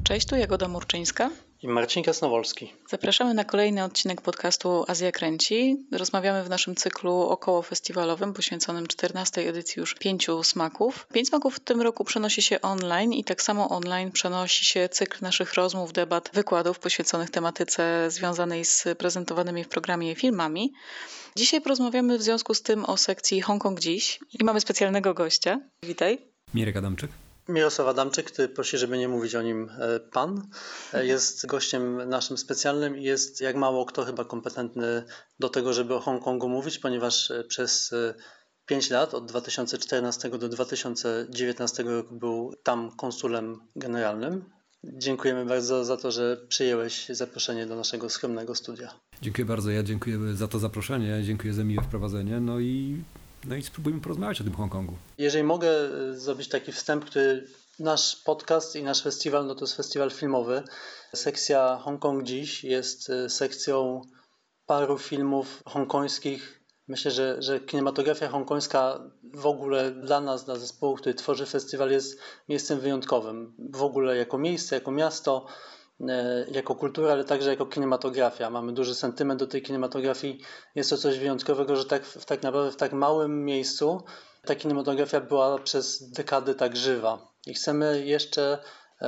Cześć, tu Jagoda Murczyńska i Marcin Krasnowolski. Zapraszamy na kolejny odcinek podcastu Azja Kręci. Rozmawiamy w naszym cyklu okołofestiwalowym poświęconym 14. edycji już 5 smaków. 5 smaków w tym roku przenosi się online i tak samo online przenosi się cykl naszych rozmów, debat, wykładów poświęconych tematyce związanej z prezentowanymi w programie filmami. Dzisiaj porozmawiamy w związku z tym o sekcji Hongkong Dziś i mamy specjalnego gościa. Witaj. Mirek Adamczyk. Mirosław Adamczyk, który prosi, żeby nie mówić o nim pan, jest gościem naszym specjalnym i jest jak mało kto chyba kompetentny do tego, żeby o Hongkongu mówić, ponieważ przez 5 lat, od 2014 do 2019 roku był tam konsulem generalnym. Dziękujemy bardzo za to, że przyjęłeś zaproszenie do naszego skromnego studia. Dziękuję bardzo, ja dziękuję za to zaproszenie, dziękuję za miłe wprowadzenie, no i spróbujmy porozmawiać o tym Hongkongu. Jeżeli mogę zrobić taki wstęp, który nasz podcast i nasz festiwal, no to jest festiwal filmowy. Sekcja Hongkong Dziś jest sekcją paru filmów hongkońskich. Myślę, że kinematografia hongkońska w ogóle dla nas, dla zespołu, który tworzy festiwal, jest miejscem wyjątkowym. W ogóle jako miejsce, jako miasto, jako kultura, ale także jako kinematografia. Mamy duży sentyment do tej kinematografii. Jest to coś wyjątkowego, że tak naprawdę w tak małym miejscu ta kinematografia była przez dekady tak żywa. I chcemy jeszcze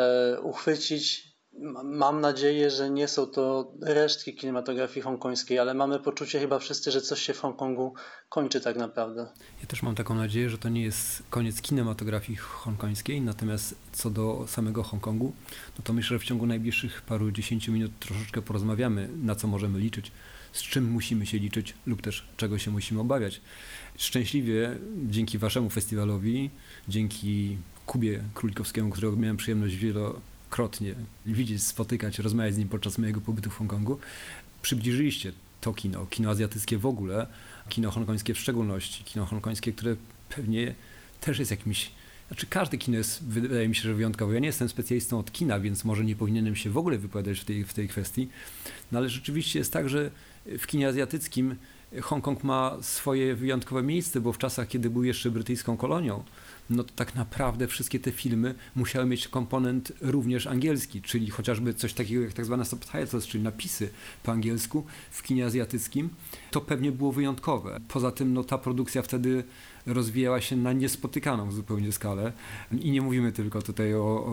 uchwycić, mam nadzieję, że nie są to resztki kinematografii hongkońskiej, ale mamy poczucie chyba wszyscy, że coś się w Hongkongu kończy tak naprawdę. Ja też mam taką nadzieję, że to nie jest koniec kinematografii hongkońskiej, natomiast co do samego Hongkongu, no to myślę, że w ciągu najbliższych paru 10 minut troszeczkę porozmawiamy, na co możemy liczyć, z czym musimy się liczyć lub też czego się musimy obawiać. Szczęśliwie dzięki waszemu festiwalowi, dzięki Kubie Królikowskiemu, którego miałem przyjemność wielokrotnie widzieć, spotykać, rozmawiać z nim podczas mojego pobytu w Hongkongu, przybliżyliście to kino azjatyckie w ogóle, kino hongkońskie w szczególności, kino hongkońskie, które pewnie też jest jakimś, każde kino jest, wydaje mi się, że wyjątkowe. Ja nie jestem specjalistą od kina, więc może nie powinienem się w ogóle wypowiadać w tej kwestii, no ale rzeczywiście jest tak, że w kinie azjatyckim Hongkong ma swoje wyjątkowe miejsce, bo w czasach, kiedy był jeszcze brytyjską kolonią, no to tak naprawdę wszystkie te filmy musiały mieć komponent również angielski, czyli chociażby coś takiego jak tak zwane subtitles, czyli napisy po angielsku w kinie azjatyckim, to pewnie było wyjątkowe. Poza tym no, ta produkcja wtedy rozwijała się na niespotykaną zupełnie skalę i nie mówimy tylko tutaj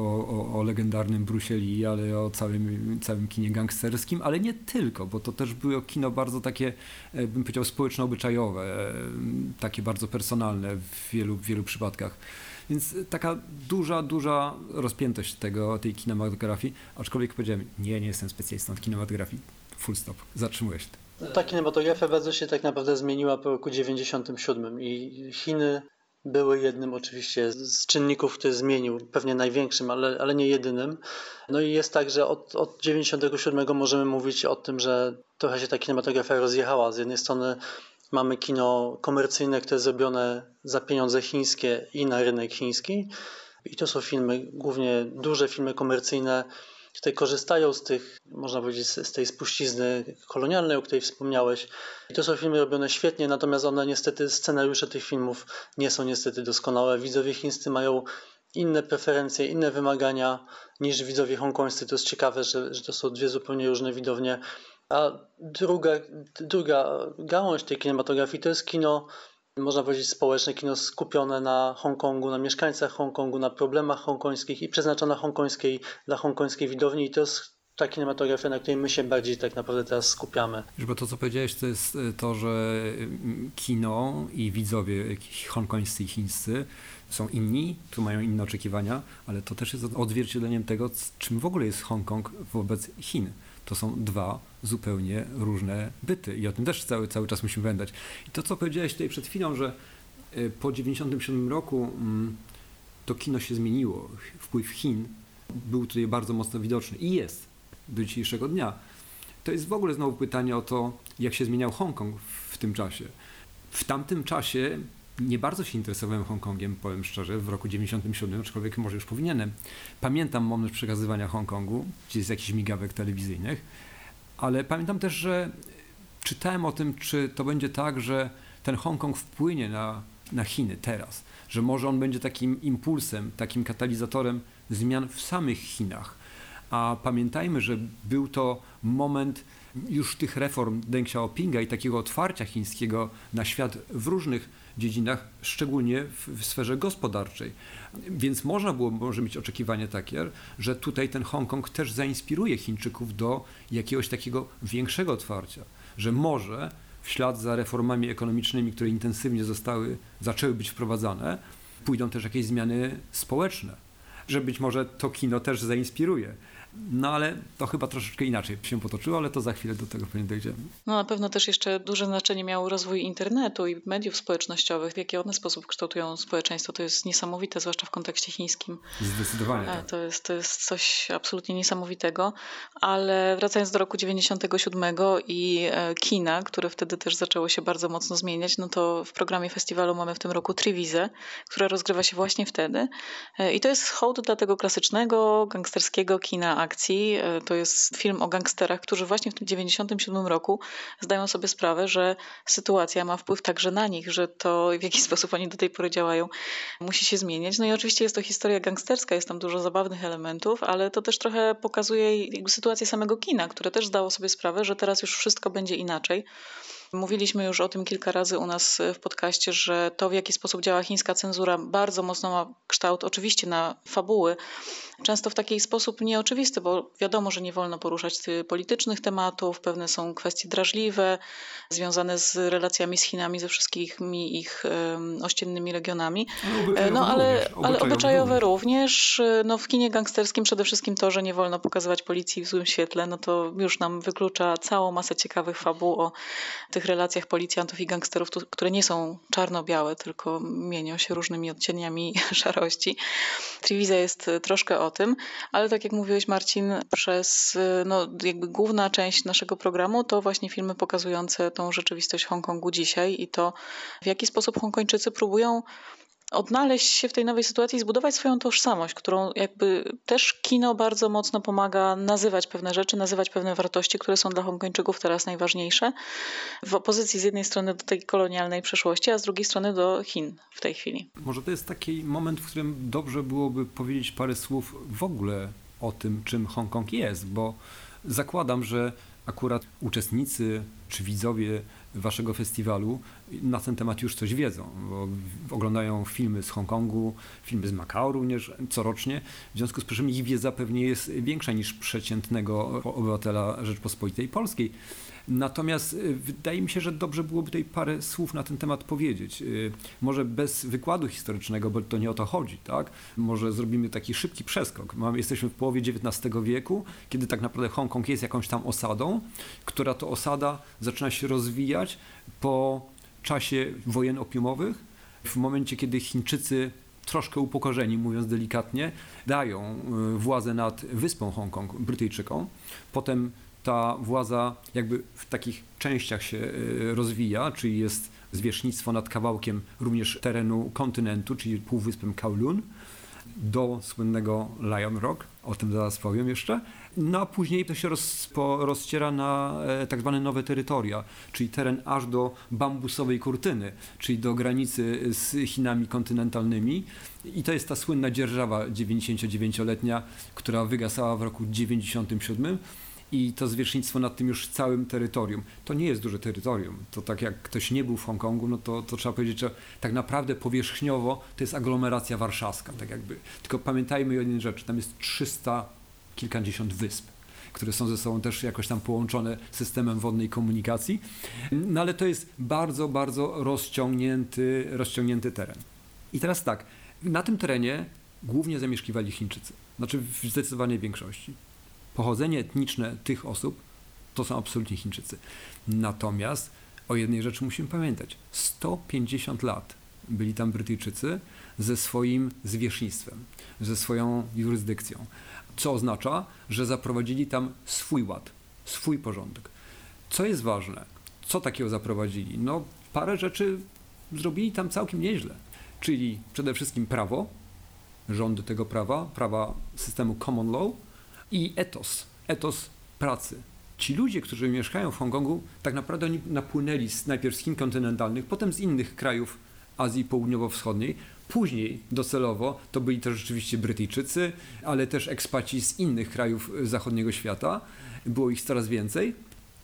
o legendarnym Bruce Lee, ale o całym kinie gangsterskim, ale nie tylko, bo to też było kino bardzo takie, bym powiedział, społeczno-obyczajowe, takie bardzo personalne w wielu przypadkach. Więc taka duża rozpiętość tej kinematografii, aczkolwiek powiedziałem, nie jestem specjalistą od kinematografii, full stop, zatrzymuję się. Ta kinematografia bardzo się tak naprawdę zmieniła po roku 1997 i Chiny były jednym oczywiście z czynników, który zmienił, pewnie największym, ale nie jedynym. No i jest tak, że od 1997 możemy mówić o tym, że trochę się ta kinematografia rozjechała. Z jednej strony mamy kino komercyjne, które jest zrobione za pieniądze chińskie i na rynek chiński. I to są filmy, głównie duże filmy komercyjne, które korzystają z tych, można powiedzieć, z tej spuścizny kolonialnej, o której wspomniałeś. I to są filmy robione świetnie, natomiast one niestety, scenariusze tych filmów nie są niestety doskonałe. Widzowie chińscy mają inne preferencje, inne wymagania niż widzowie hongkońscy. To jest ciekawe, że to są dwie zupełnie różne widownie. A druga gałąź tej kinematografii to jest kino, można powiedzieć, społeczne, kino skupione na Hongkongu, na mieszkańcach Hongkongu, na problemach hongkońskich i przeznaczone dla hongkońskiej widowni. I to jest ta kinematografia, na której my się bardziej tak naprawdę teraz skupiamy. Bo to, co powiedziałeś, to jest to, że kino i widzowie hongkońscy i chińscy są inni, tu mają inne oczekiwania, ale to też jest odzwierciedleniem tego, czym w ogóle jest Hongkong wobec Chin. To są dwa zupełnie różne byty i o tym też cały czas musimy pamiętać. I to, co powiedziałeś tutaj przed chwilą, że po 1997 roku to kino się zmieniło. Wpływ Chin był tutaj bardzo mocno widoczny i jest do dzisiejszego dnia. To jest w ogóle znowu pytanie o to, jak się zmieniał Hongkong w tym czasie. W tamtym czasie nie bardzo się interesowałem Hongkongiem, powiem szczerze, w roku 1997, aczkolwiek może już powinienem. Pamiętam moment przekazywania Hongkongu, gdzie jest jakichś migawek telewizyjnych, ale pamiętam też, że czytałem o tym, czy to będzie tak, że ten Hongkong wpłynie na Chiny teraz, że może on będzie takim impulsem, takim katalizatorem zmian w samych Chinach. A pamiętajmy, że był to moment już tych reform Deng Xiaopinga i takiego otwarcia chińskiego na świat w różnych dziedzinach, szczególnie w sferze gospodarczej. Więc może mieć oczekiwanie takie, że tutaj ten Hongkong też zainspiruje Chińczyków do jakiegoś takiego większego otwarcia, że może w ślad za reformami ekonomicznymi, które intensywnie zaczęły być wprowadzane, pójdą też jakieś zmiany społeczne, że być może to kino też zainspiruje. No ale to chyba troszeczkę inaczej się potoczyło, ale to za chwilę do tego pewnie dojdziemy. No na pewno też jeszcze duże znaczenie miał rozwój internetu i mediów społecznościowych. W jaki one sposób kształtują społeczeństwo, to jest niesamowite, zwłaszcza w kontekście chińskim. Zdecydowanie tak. To jest coś absolutnie niesamowitego, ale wracając do roku 97 i kina, które wtedy też zaczęło się bardzo mocno zmieniać, no to w programie festiwalu mamy w tym roku Triwizę, która rozgrywa się właśnie wtedy i to jest hołd dla tego klasycznego, gangsterskiego kina akcji. To jest film o gangsterach, którzy właśnie w tym 97 roku zdają sobie sprawę, że sytuacja ma wpływ także na nich, że to w jaki sposób oni do tej pory działają musi się zmieniać. No i oczywiście jest to historia gangsterska, jest tam dużo zabawnych elementów, ale to też trochę pokazuje sytuację samego kina, które też zdało sobie sprawę, że teraz już wszystko będzie inaczej. Mówiliśmy już o tym kilka razy u nas w podcaście, że to, w jaki sposób działa chińska cenzura, bardzo mocno ma kształt oczywiście na fabuły, często w taki sposób nieoczywisty, bo wiadomo, że nie wolno poruszać politycznych tematów, pewne są kwestie drażliwe, związane z relacjami z Chinami, ze wszystkimi ich ościennymi regionami. Ale obyczajowe również. No, w kinie gangsterskim przede wszystkim to, że nie wolno pokazywać policji w złym świetle, no to już nam wyklucza całą masę ciekawych fabuł o tych relacjach policjantów i gangsterów, które nie są czarno-białe, tylko mienią się różnymi odcieniami szarości. Triwiza jest troszkę o tym, ale tak jak mówiłeś, Marcin, jakby główna część naszego programu to właśnie filmy pokazujące tą rzeczywistość Hongkongu dzisiaj i to, w jaki sposób Hongkończycy próbują odnaleźć się w tej nowej sytuacji i zbudować swoją tożsamość, którą jakby też kino bardzo mocno pomaga nazywać pewne rzeczy, nazywać pewne wartości, które są dla Hongkończyków teraz najważniejsze, w opozycji z jednej strony do tej kolonialnej przeszłości, a z drugiej strony do Chin w tej chwili. Może to jest taki moment, w którym dobrze byłoby powiedzieć parę słów w ogóle o tym, czym Hongkong jest, bo zakładam, że akurat uczestnicy czy widzowie waszego festiwalu na ten temat już coś wiedzą, bo oglądają filmy z Hongkongu, filmy z Makao również corocznie, w związku z czym ich wiedza pewnie jest większa niż przeciętnego obywatela Rzeczpospolitej Polskiej. Natomiast wydaje mi się, że dobrze byłoby tutaj parę słów na ten temat powiedzieć. Może bez wykładu historycznego, bo to nie o to chodzi, tak? Może zrobimy taki szybki przeskok. Jesteśmy w połowie XIX wieku, kiedy tak naprawdę Hongkong jest jakąś tam osadą, która to osada zaczyna się rozwijać po czasie wojen opiumowych, w momencie, kiedy Chińczycy, troszkę upokorzeni, mówiąc delikatnie, dają władzę nad wyspą Hongkong Brytyjczykom. Potem ta władza jakby w takich częściach się rozwija, czyli jest zwierzchnictwo nad kawałkiem również terenu kontynentu, czyli półwyspem Kowloon, do słynnego Lion Rock, o tym zaraz powiem jeszcze. No a później to się rozciera na tak zwane nowe terytoria, czyli teren aż do bambusowej kurtyny, czyli do granicy z Chinami kontynentalnymi. I to jest ta słynna dzierżawa 99-letnia, która wygasała w roku 97. I to zwierzchnictwo nad tym już całym terytorium. To nie jest duże terytorium. To tak jak ktoś nie był w Hongkongu, no to trzeba powiedzieć, że tak naprawdę powierzchniowo to jest aglomeracja warszawska. Tak jakby. Tylko pamiętajmy o jednej rzeczy, tam jest 300 kilkadziesiąt wysp, które są ze sobą też jakoś tam połączone systemem wodnej komunikacji. No ale to jest bardzo, bardzo rozciągnięty teren. I teraz tak, na tym terenie głównie zamieszkiwali Chińczycy. Znaczy w zdecydowanej większości. Pochodzenie etniczne tych osób to są absolutnie Chińczycy. Natomiast o jednej rzeczy musimy pamiętać. 150 lat byli tam Brytyjczycy ze swoim zwierzchnictwem, ze swoją jurysdykcją. Co oznacza, że zaprowadzili tam swój ład, swój porządek. Co jest ważne? Co takiego zaprowadzili? No, parę rzeczy zrobili tam całkiem nieźle. Czyli przede wszystkim prawo, rząd tego prawa systemu common law, i etos pracy. Ci ludzie, którzy mieszkają w Hongkongu, tak naprawdę oni napłynęli najpierw z Chin kontynentalnych, potem z innych krajów Azji Południowo-Wschodniej, Później docelowo to byli też rzeczywiście Brytyjczycy, ale też ekspaci z innych krajów zachodniego świata. Było ich coraz więcej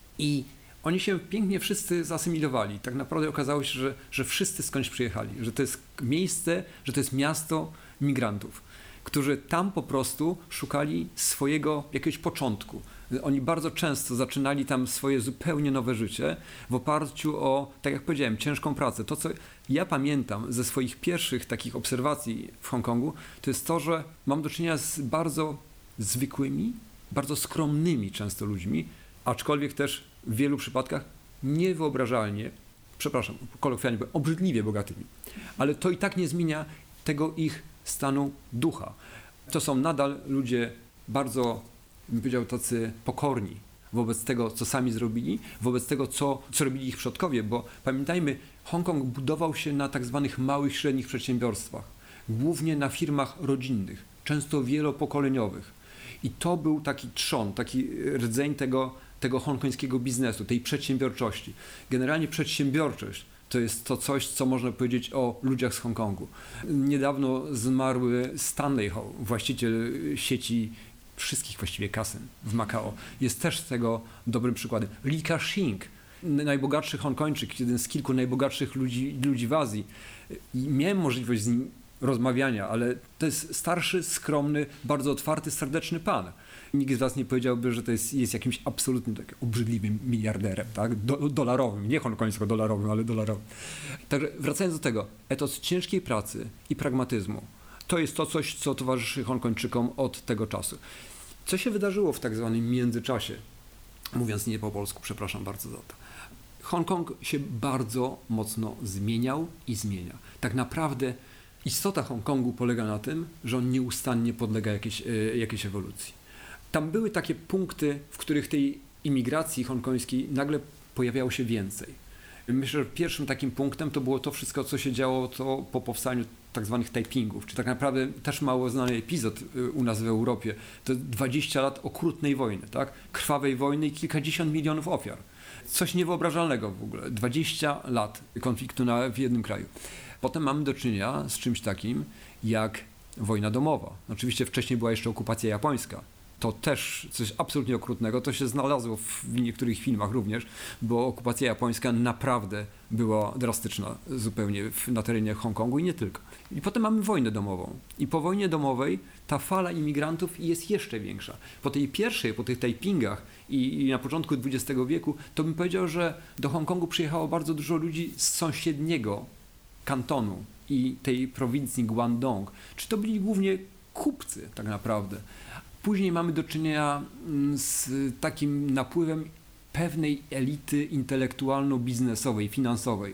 i oni się pięknie wszyscy zasymilowali. Tak naprawdę okazało się, że wszyscy skądś przyjechali, że to jest miejsce, że to jest miasto migrantów, którzy tam po prostu szukali swojego jakiegoś początku. Oni bardzo często zaczynali tam swoje zupełnie nowe życie w oparciu o, tak jak powiedziałem, ciężką pracę. To, co ja pamiętam ze swoich pierwszych takich obserwacji w Hongkongu, to jest to, że mam do czynienia z bardzo zwykłymi, bardzo skromnymi często ludźmi, aczkolwiek też w wielu przypadkach niewyobrażalnie, przepraszam, kolokwialnie powiem, obrzydliwie bogatymi. Ale to i tak nie zmienia tego ich stanu ducha. To są nadal ludzie bardzo, bym powiedział, tacy pokorni wobec tego, co sami zrobili, wobec tego, co robili ich przodkowie, bo pamiętajmy, Hongkong budował się na tak zwanych małych, średnich przedsiębiorstwach, głównie na firmach rodzinnych, często wielopokoleniowych. I to był taki trzon, taki rdzeń tego hongkońskiego biznesu, tej przedsiębiorczości. Generalnie przedsiębiorczość to jest to coś, co można powiedzieć o ludziach z Hongkongu. Niedawno zmarły Stanley Ho, właściciel sieci wszystkich właściwie kasyn w Makao. Jest też z tego dobrym przykładem. Li Ka-shing, najbogatszy Hongkończyk, jeden z kilku najbogatszych ludzi w Azji. I miałem możliwość z nim rozmawiania, ale to jest starszy, skromny, bardzo otwarty, serdeczny pan. Nikt z was nie powiedziałby, że to jest jakimś absolutnym takim obrzydliwym miliarderem, tak? Dolarowym, nie hongkońsko-dolarowym, ale dolarowym. Także wracając do tego, etos ciężkiej pracy i pragmatyzmu to jest to coś, co towarzyszy Hongkończykom od tego czasu. Co się wydarzyło w tak zwanym międzyczasie? Mówiąc nie po polsku, przepraszam bardzo za to. Hongkong się bardzo mocno zmieniał i zmienia. Tak naprawdę istota Hongkongu polega na tym, że on nieustannie podlega jakiejś ewolucji. Tam były takie punkty, w których tej imigracji hongkońskiej nagle pojawiało się więcej. Myślę, że pierwszym takim punktem to było to wszystko, co się działo to po powstaniu tak zwanych Taipingów, czy tak naprawdę też mało znany epizod u nas w Europie. To 20 lat okrutnej wojny, tak? Krwawej wojny i kilkadziesiąt milionów ofiar. Coś niewyobrażalnego w ogóle. 20 lat konfliktu w jednym kraju. Potem mamy do czynienia z czymś takim jak wojna domowa. Oczywiście wcześniej była jeszcze okupacja japońska. To też coś absolutnie okrutnego. To się znalazło w niektórych filmach również, bo okupacja japońska naprawdę była drastyczna zupełnie na terenie Hongkongu i nie tylko. I potem mamy wojnę domową. I po wojnie domowej ta fala imigrantów jest jeszcze większa. Po tej pierwszej, po tych Taipingach i na początku XX wieku, to bym powiedział, że do Hongkongu przyjechało bardzo dużo ludzi z sąsiedniego kantonu i tej prowincji Guangdong. Czy to byli głównie kupcy tak naprawdę. Później mamy do czynienia z takim napływem pewnej elity intelektualno-biznesowej, finansowej.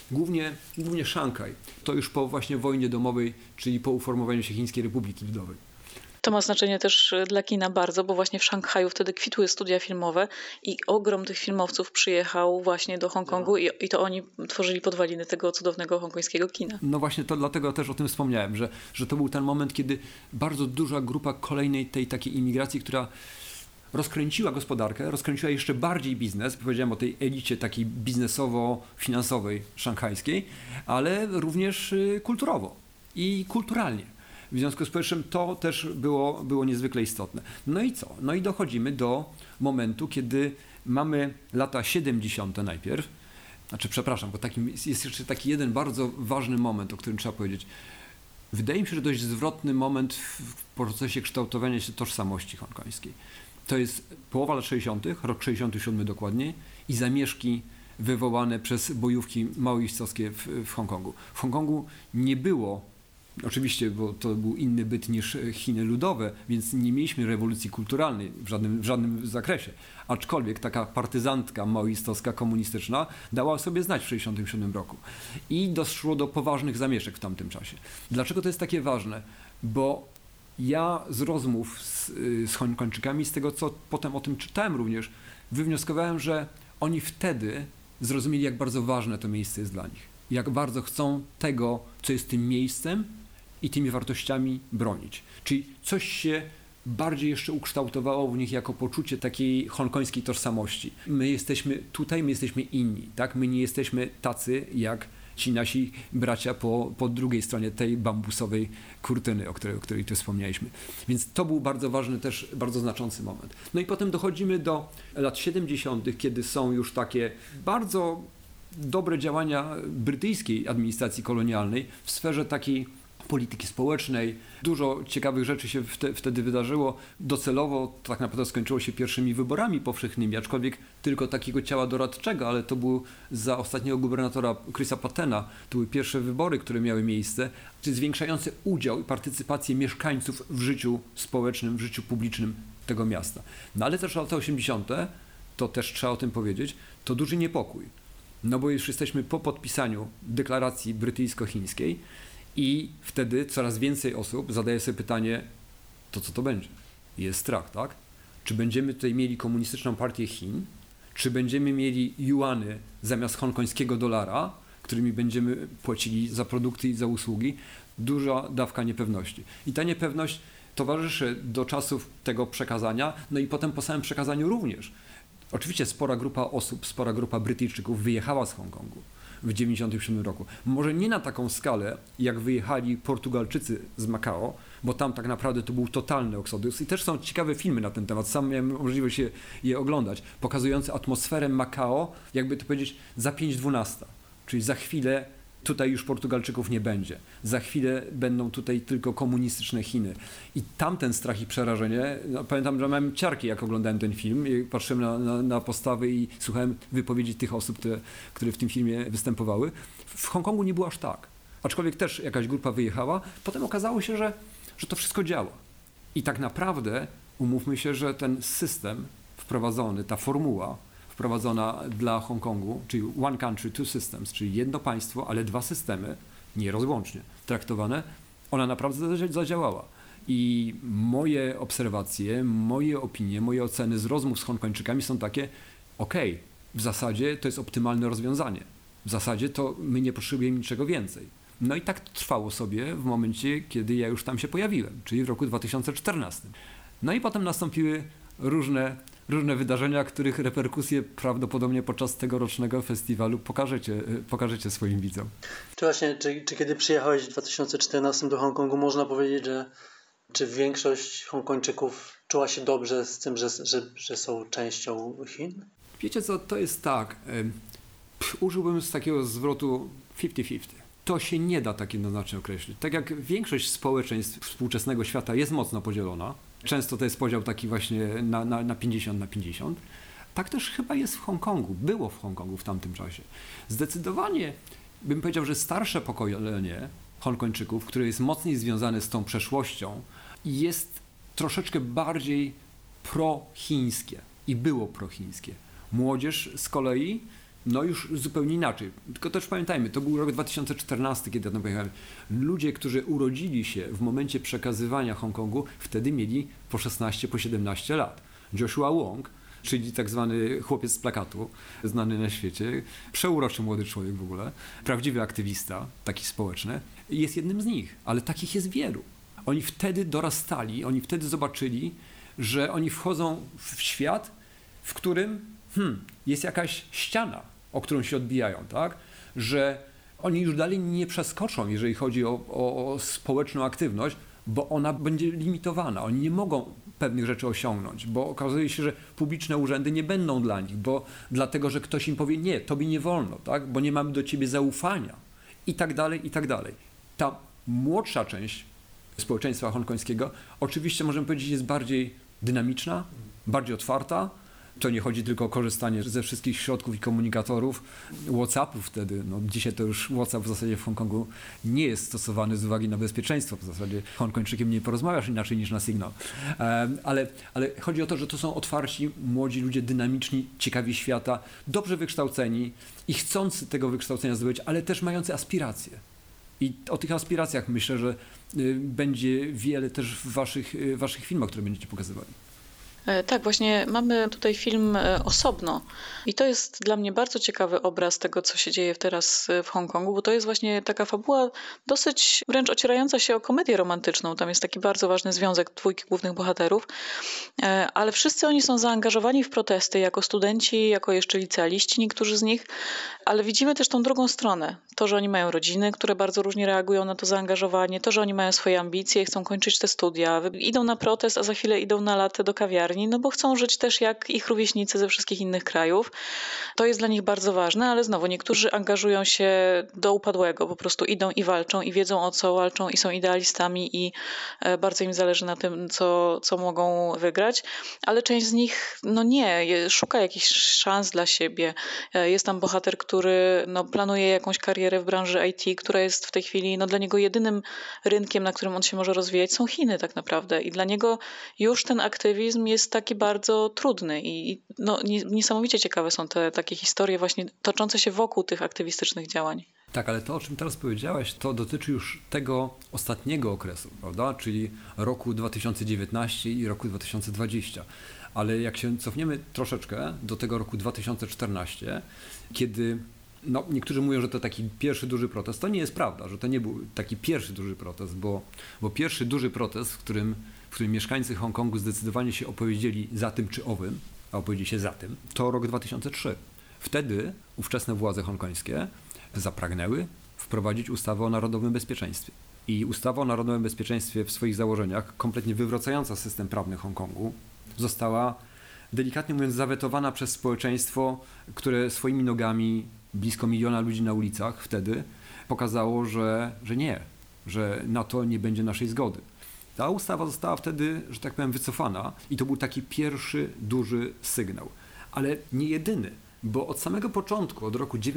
Głównie Szanghaj. To już po właśnie wojnie domowej, czyli po uformowaniu się Chińskiej Republiki Ludowej. To ma znaczenie też dla kina bardzo, bo właśnie w Szanghaju wtedy kwitły studia filmowe i ogrom tych filmowców przyjechał właśnie do Hongkongu i to oni tworzyli podwaliny tego cudownego hongkońskiego kina. No właśnie to dlatego też o tym wspomniałem, że to był ten moment, kiedy bardzo duża grupa kolejnej tej takiej imigracji, która rozkręciła gospodarkę, rozkręciła jeszcze bardziej biznes, powiedziałem o tej elicie takiej biznesowo-finansowej szanghajskiej, ale również kulturowo i kulturalnie. W związku z powyższym to też było niezwykle istotne. No i co? No i dochodzimy do momentu, kiedy mamy lata 70. najpierw. Bo jest jeszcze taki jeden bardzo ważny moment, o którym trzeba powiedzieć. Wydaje mi się, że dość zwrotny moment w procesie kształtowania się tożsamości hongkońskiej. To jest połowa lat 60., rok 67 dokładnie i zamieszki wywołane przez bojówki maoistowskie w Hongkongu. W Hongkongu nie było, oczywiście, bo to był inny byt niż Chiny ludowe, więc nie mieliśmy rewolucji kulturalnej w żadnym zakresie. Aczkolwiek taka partyzantka maoistowska, komunistyczna dała sobie znać w 1967 roku. I doszło do poważnych zamieszek w tamtym czasie. Dlaczego to jest takie ważne? Bo ja z rozmów z Hongkończykami, z tego co potem o tym czytałem również, wywnioskowałem, że oni wtedy zrozumieli, jak bardzo ważne to miejsce jest dla nich. Jak bardzo chcą tego, co jest tym miejscem i tymi wartościami bronić. Czyli coś się bardziej jeszcze ukształtowało w nich jako poczucie takiej hongkońskiej tożsamości. My jesteśmy tutaj, my jesteśmy inni, tak? My nie jesteśmy tacy jak ci nasi bracia po drugiej stronie tej bambusowej kurtyny, o której tu wspomnieliśmy. Więc to był bardzo ważny, też bardzo znaczący moment. No i potem dochodzimy do lat 70., kiedy są już takie bardzo dobre działania brytyjskiej administracji kolonialnej w sferze takiej polityki społecznej. Dużo ciekawych rzeczy się wtedy wydarzyło. Docelowo tak naprawdę skończyło się pierwszymi wyborami powszechnymi, aczkolwiek tylko takiego ciała doradczego, ale to był za ostatniego gubernatora Chrisa Pattena. To były pierwsze wybory, które miały miejsce, zwiększające udział i partycypację mieszkańców w życiu społecznym, w życiu publicznym tego miasta. No ale też lata 80., to też trzeba o tym powiedzieć, to duży niepokój. No bo już jesteśmy po podpisaniu deklaracji brytyjsko-chińskiej i wtedy coraz więcej osób zadaje sobie pytanie, to co to będzie? Jest strach, tak? Czy będziemy tutaj mieli komunistyczną partię Chin? Czy będziemy mieli juany zamiast hongkońskiego dolara, którymi będziemy płacili za produkty i za usługi? Duża dawka niepewności. I ta niepewność towarzyszy do czasów tego przekazania, no i potem po samym przekazaniu również. Oczywiście spora grupa osób, spora grupa Brytyjczyków wyjechała z Hongkongu w 1997 roku. Może nie na taką skalę, jak wyjechali Portugalczycy z Makao, bo tam tak naprawdę to był totalny eksodus. I też są ciekawe filmy na ten temat. Sam miałem możliwość je oglądać, pokazujące atmosferę Makao, jakby to powiedzieć, za 5:12. Czyli za chwilę tutaj już Portugalczyków nie będzie. Za chwilę będą tutaj tylko komunistyczne Chiny. I tamten strach i przerażenie, no, pamiętam, że miałem ciarki, jak oglądałem ten film i patrzyłem na postawy i słuchałem wypowiedzi tych osób, które w tym filmie występowały. W Hongkongu nie było aż tak. Aczkolwiek też jakaś grupa wyjechała. Potem okazało się, że to wszystko działa. I tak naprawdę umówmy się, że ten system wprowadzony, ta formuła wprowadzona dla Hongkongu, czyli one country, two systems, czyli jedno państwo, ale dwa systemy, nierozłącznie traktowane, ona naprawdę zadziałała. I moje obserwacje, moje opinie, moje oceny z rozmów z Hongkończykami są takie, w zasadzie to jest optymalne rozwiązanie. W zasadzie to my nie potrzebujemy niczego więcej. No i tak trwało sobie w momencie, kiedy ja już tam się pojawiłem, czyli w roku 2014. No i potem nastąpiły różne wydarzenia, których reperkusje prawdopodobnie podczas tegorocznego festiwalu pokażecie swoim widzom. Czy kiedy przyjechałeś w 2014 do Hongkongu, można powiedzieć, czy większość Hongkończyków czuła się dobrze z tym, że są częścią Chin? Wiecie co, to jest tak, użyłbym z takiego zwrotu 50-50. To się nie da tak jednoznacznie określić. Tak jak większość społeczeństw współczesnego świata jest mocno podzielona, często to jest podział taki właśnie na 50 na 50. Tak też chyba jest w Hongkongu, było w Hongkongu w tamtym czasie. Zdecydowanie bym powiedział, że starsze pokolenie Hongkończyków, które jest mocniej związane z tą przeszłością, jest troszeczkę bardziej prochińskie i było prochińskie. Młodzież z kolei no już zupełnie inaczej. Tylko też pamiętajmy, to był rok 2014, kiedy ja tam pojechałem. Ludzie, którzy urodzili się w momencie przekazywania Hongkongu, wtedy mieli po 16, po 17 lat. Joshua Wong, czyli tak zwany chłopiec z plakatu, znany na świecie, przeuroczy młody człowiek w ogóle, prawdziwy aktywista, taki społeczny, jest jednym z nich, ale takich jest wielu. Oni wtedy dorastali, oni wtedy zobaczyli, że oni wchodzą w świat, w którym jest jakaś ściana, o którą się odbijają, tak? Że oni już dalej nie przeskoczą, jeżeli chodzi o społeczną aktywność, bo ona będzie limitowana. Oni nie mogą pewnych rzeczy osiągnąć, bo okazuje się, że publiczne urzędy nie będą dla nich, dlatego, że ktoś im powie, nie, tobie nie wolno, tak? Bo nie mamy do ciebie zaufania i tak dalej, i tak dalej. Ta młodsza część społeczeństwa hongkońskiego oczywiście, możemy powiedzieć, jest bardziej dynamiczna, bardziej otwarta. To nie chodzi tylko o korzystanie ze wszystkich środków i komunikatorów, WhatsAppów wtedy. No, dzisiaj to już WhatsApp w zasadzie w Hongkongu nie jest stosowany z uwagi na bezpieczeństwo. W zasadzie Hongkończykiem nie porozmawiasz inaczej niż na sygnał. Ale chodzi o to, że to są otwarci, młodzi ludzie, dynamiczni, ciekawi świata, dobrze wykształceni i chcący tego wykształcenia zdobyć, ale też mający aspiracje. I o tych aspiracjach myślę, że będzie wiele też w waszych filmach, które będziecie pokazywali. Tak, właśnie mamy tutaj film osobno i to jest dla mnie bardzo ciekawy obraz tego, co się dzieje teraz w Hongkongu, bo to jest właśnie taka fabuła dosyć wręcz ocierająca się o komedię romantyczną. Tam jest taki bardzo ważny związek dwójki głównych bohaterów, ale wszyscy oni są zaangażowani w protesty jako studenci, jako jeszcze licealiści, niektórzy z nich, ale widzimy też tą drugą stronę. To, że oni mają rodziny, które bardzo różnie reagują na to zaangażowanie, to, że oni mają swoje ambicje, chcą kończyć te studia, idą na protest, a za chwilę idą na latę do kawiarni, no bo chcą żyć też jak ich rówieśnicy ze wszystkich innych krajów. To jest dla nich bardzo ważne, ale znowu niektórzy angażują się do upadłego, po prostu idą i walczą i wiedzą, o co walczą i są idealistami i bardzo im zależy na tym, co mogą wygrać, ale część z nich szuka jakichś szans dla siebie. Jest tam bohater, który planuje jakąś karierę w branży IT, która jest w tej chwili dla niego jedynym rynkiem, na którym on się może rozwijać, są Chiny tak naprawdę i dla niego już ten aktywizm jest taki bardzo trudny i niesamowicie ciekawe są te takie historie właśnie toczące się wokół tych aktywistycznych działań. Tak, ale to, o czym teraz powiedziałaś, to dotyczy już tego ostatniego okresu, prawda? Czyli roku 2019 i roku 2020. Ale jak się cofniemy troszeczkę do tego roku 2014, kiedy niektórzy mówią, że to taki pierwszy duży protest, to nie jest prawda, że to nie był taki pierwszy duży protest, bo pierwszy duży protest, w którym mieszkańcy Hongkongu zdecydowanie się opowiedzieli za tym czy owym, a opowiedzieli się za tym, to rok 2003. Wtedy ówczesne władze hongkońskie zapragnęły wprowadzić ustawę o narodowym bezpieczeństwie. I ustawa o narodowym bezpieczeństwie w swoich założeniach, kompletnie wywracająca system prawny Hongkongu, została delikatnie mówiąc zawetowana przez społeczeństwo, które swoimi nogami, blisko 1 miliona ludzi na ulicach wtedy, pokazało, że nie, że na to nie będzie naszej zgody. Ta ustawa została wtedy, że tak powiem, wycofana i to był taki pierwszy duży sygnał, ale nie jedyny. Bo od samego początku, od roku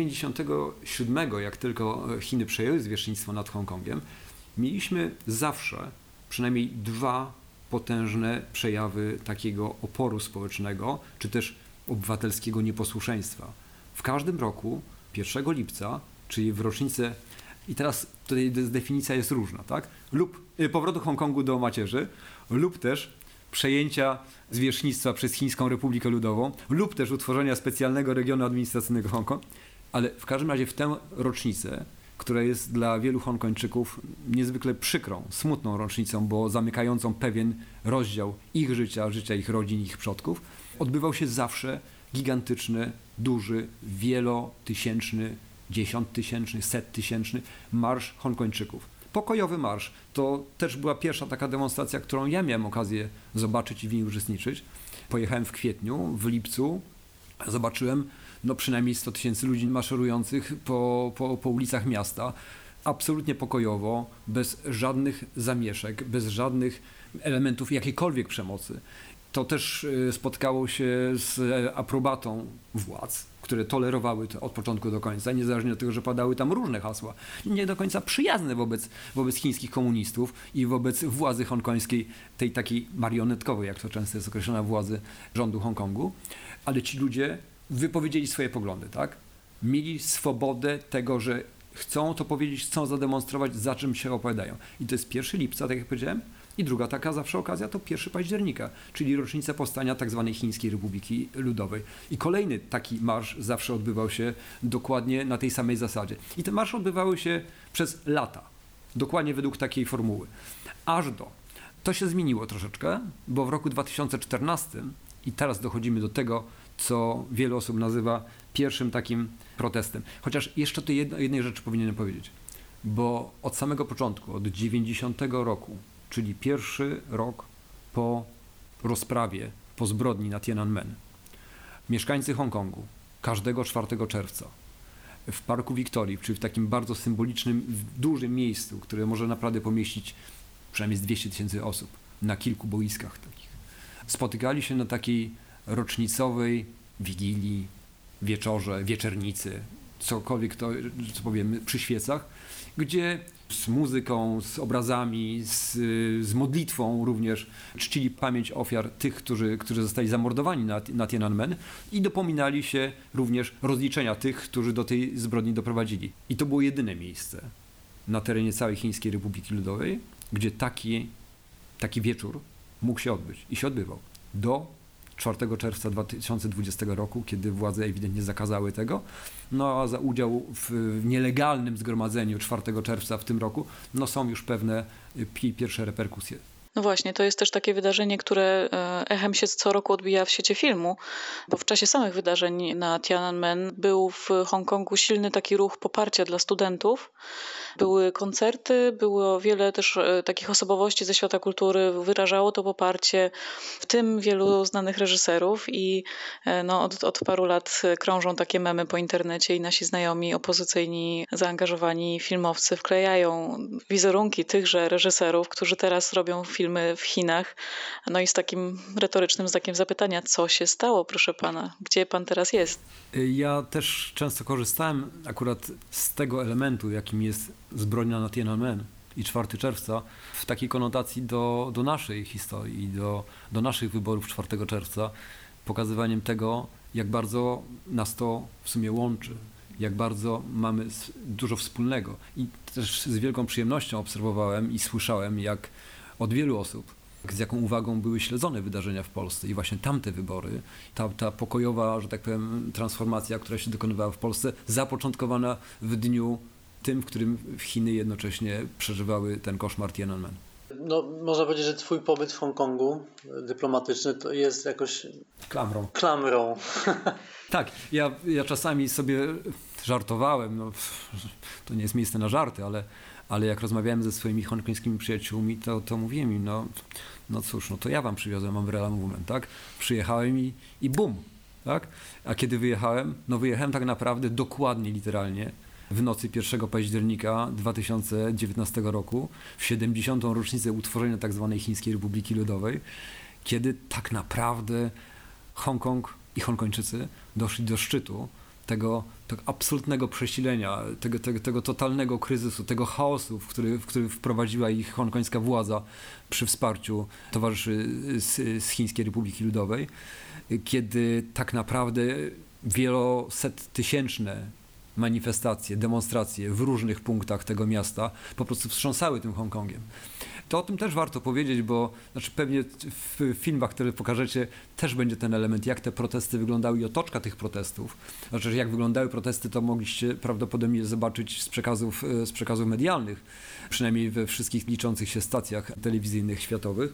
1997, jak tylko Chiny przejęły zwierzchnictwo nad Hongkongiem, mieliśmy zawsze przynajmniej 2 potężne przejawy takiego oporu społecznego, czy też obywatelskiego nieposłuszeństwa. W każdym roku 1 lipca, czyli w rocznicę, i teraz tutaj definicja jest różna, tak? Lub powrotu Hongkongu do macierzy, lub też przejęcia zwierzchnictwa przez Chińską Republikę Ludową lub też utworzenia specjalnego regionu administracyjnego Hongkong, ale w każdym razie w tę rocznicę, która jest dla wielu Hongkończyków niezwykle przykrą, smutną rocznicą, bo zamykającą pewien rozdział ich życia ich rodzin, ich przodków, odbywał się zawsze gigantyczny, duży, wielotysięczny, 10-tysięczny, 100-tysięczny marsz Hongkończyków. Pokojowy marsz. To też była pierwsza taka demonstracja, którą ja miałem okazję zobaczyć i w niej uczestniczyć. Pojechałem w kwietniu, w lipcu zobaczyłem przynajmniej 100 000 ludzi maszerujących po ulicach miasta. Absolutnie pokojowo, bez żadnych zamieszek, bez żadnych elementów jakiejkolwiek przemocy. To też spotkało się z aprobatą władz, które tolerowały to od początku do końca, niezależnie od tego, że padały tam różne hasła, nie do końca przyjazne wobec chińskich komunistów i wobec władzy hongkońskiej, tej takiej marionetkowej, jak to często jest określona, władzy rządu Hongkongu, ale ci ludzie wypowiedzieli swoje poglądy, tak? Mieli swobodę tego, że chcą to powiedzieć, chcą zademonstrować, za czym się opowiadają. I to jest 1 lipca, tak jak powiedziałem, i druga taka zawsze okazja to 1 października, czyli rocznica powstania tzw. Chińskiej Republiki Ludowej. I kolejny taki marsz zawsze odbywał się dokładnie na tej samej zasadzie. I te marsze odbywały się przez lata, dokładnie według takiej formuły. To się zmieniło troszeczkę, bo w roku 2014, i teraz dochodzimy do tego, co wiele osób nazywa pierwszym takim protestem. Chociaż jeszcze tu jednej rzeczy powinienem powiedzieć, bo od samego początku, od 90 roku, czyli pierwszy rok po rozprawie, po zbrodni na Tiananmen, mieszkańcy Hongkongu każdego 4 czerwca w Parku Wiktorii, czyli w takim bardzo symbolicznym, dużym miejscu, które może naprawdę pomieścić przynajmniej z 200 000 osób na kilku boiskach takich, spotykali się na takiej rocznicowej wigilii, wieczorze, wieczernicy, cokolwiek to, co powiemy, przy świecach, gdzie z muzyką, z obrazami, z modlitwą również czcili pamięć ofiar tych, którzy zostali zamordowani na Tiananmen i dopominali się również rozliczenia tych, którzy do tej zbrodni doprowadzili. I to było jedyne miejsce na terenie całej Chińskiej Republiki Ludowej, gdzie taki wieczór mógł się odbyć i się odbywał. do 4 czerwca 2020 roku, kiedy władze ewidentnie zakazały tego. No a za udział w nielegalnym zgromadzeniu 4 czerwca w tym roku są już pewne pierwsze reperkusje. No właśnie, to jest też takie wydarzenie, które echem się co roku odbija w świecie filmu, bo w czasie samych wydarzeń na Tiananmen był w Hongkongu silny taki ruch poparcia dla studentów. Były koncerty, było wiele też takich osobowości ze świata kultury, wyrażało to poparcie, w tym wielu znanych reżyserów i od paru lat krążą takie memy po internecie i nasi znajomi, opozycyjni, zaangażowani filmowcy wklejają wizerunki tychże reżyserów, którzy teraz robią filmy w Chinach, no i z takim retorycznym znakiem zapytania, co się stało, proszę pana, gdzie pan teraz jest? Ja też często korzystałem akurat z tego elementu, jakim jest zbrodnia na Tiananmen i 4 czerwca w takiej konotacji do naszej historii i do naszych wyborów 4 czerwca, pokazywaniem tego, jak bardzo nas to w sumie łączy, jak bardzo mamy dużo wspólnego. I też z wielką przyjemnością obserwowałem i słyszałem, jak od wielu osób, z jaką uwagą były śledzone wydarzenia w Polsce i właśnie tamte wybory, ta pokojowa, że tak powiem, transformacja, która się dokonywała w Polsce, zapoczątkowana w dniu tym, w którym Chiny jednocześnie przeżywały ten koszmar Tiananmen. No, można powiedzieć, że twój pobyt w Hongkongu dyplomatyczny to jest jakoś klamrą. Tak, ja czasami sobie żartowałem, to nie jest miejsce na żarty, ale jak rozmawiałem ze swoimi hongkońskimi przyjaciółmi, to mówiłem im, no cóż, to ja wam przywiozłem Umbrella Movement, tak? Przyjechałem i bum, tak? A kiedy wyjechałem? Wyjechałem tak naprawdę dokładnie, literalnie w nocy 1 października 2019 roku, w 70. rocznicę utworzenia tak zwanej Chińskiej Republiki Ludowej, kiedy tak naprawdę Hongkong i Hongkończycy doszli do szczytu tego absolutnego przesilenia, tego totalnego kryzysu, tego chaosu, w który wprowadziła ich hongkońska władza przy wsparciu towarzyszy z Chińskiej Republiki Ludowej, kiedy tak naprawdę wielosettysięczne manifestacje, demonstracje w różnych punktach tego miasta po prostu wstrząsały tym Hongkongiem. To o tym też warto powiedzieć, bo pewnie w filmach, które pokażecie, też będzie ten element, jak te protesty wyglądały i otoczka tych protestów. Jak wyglądały protesty, to mogliście prawdopodobnie zobaczyć z przekazów medialnych, przynajmniej we wszystkich liczących się stacjach telewizyjnych światowych.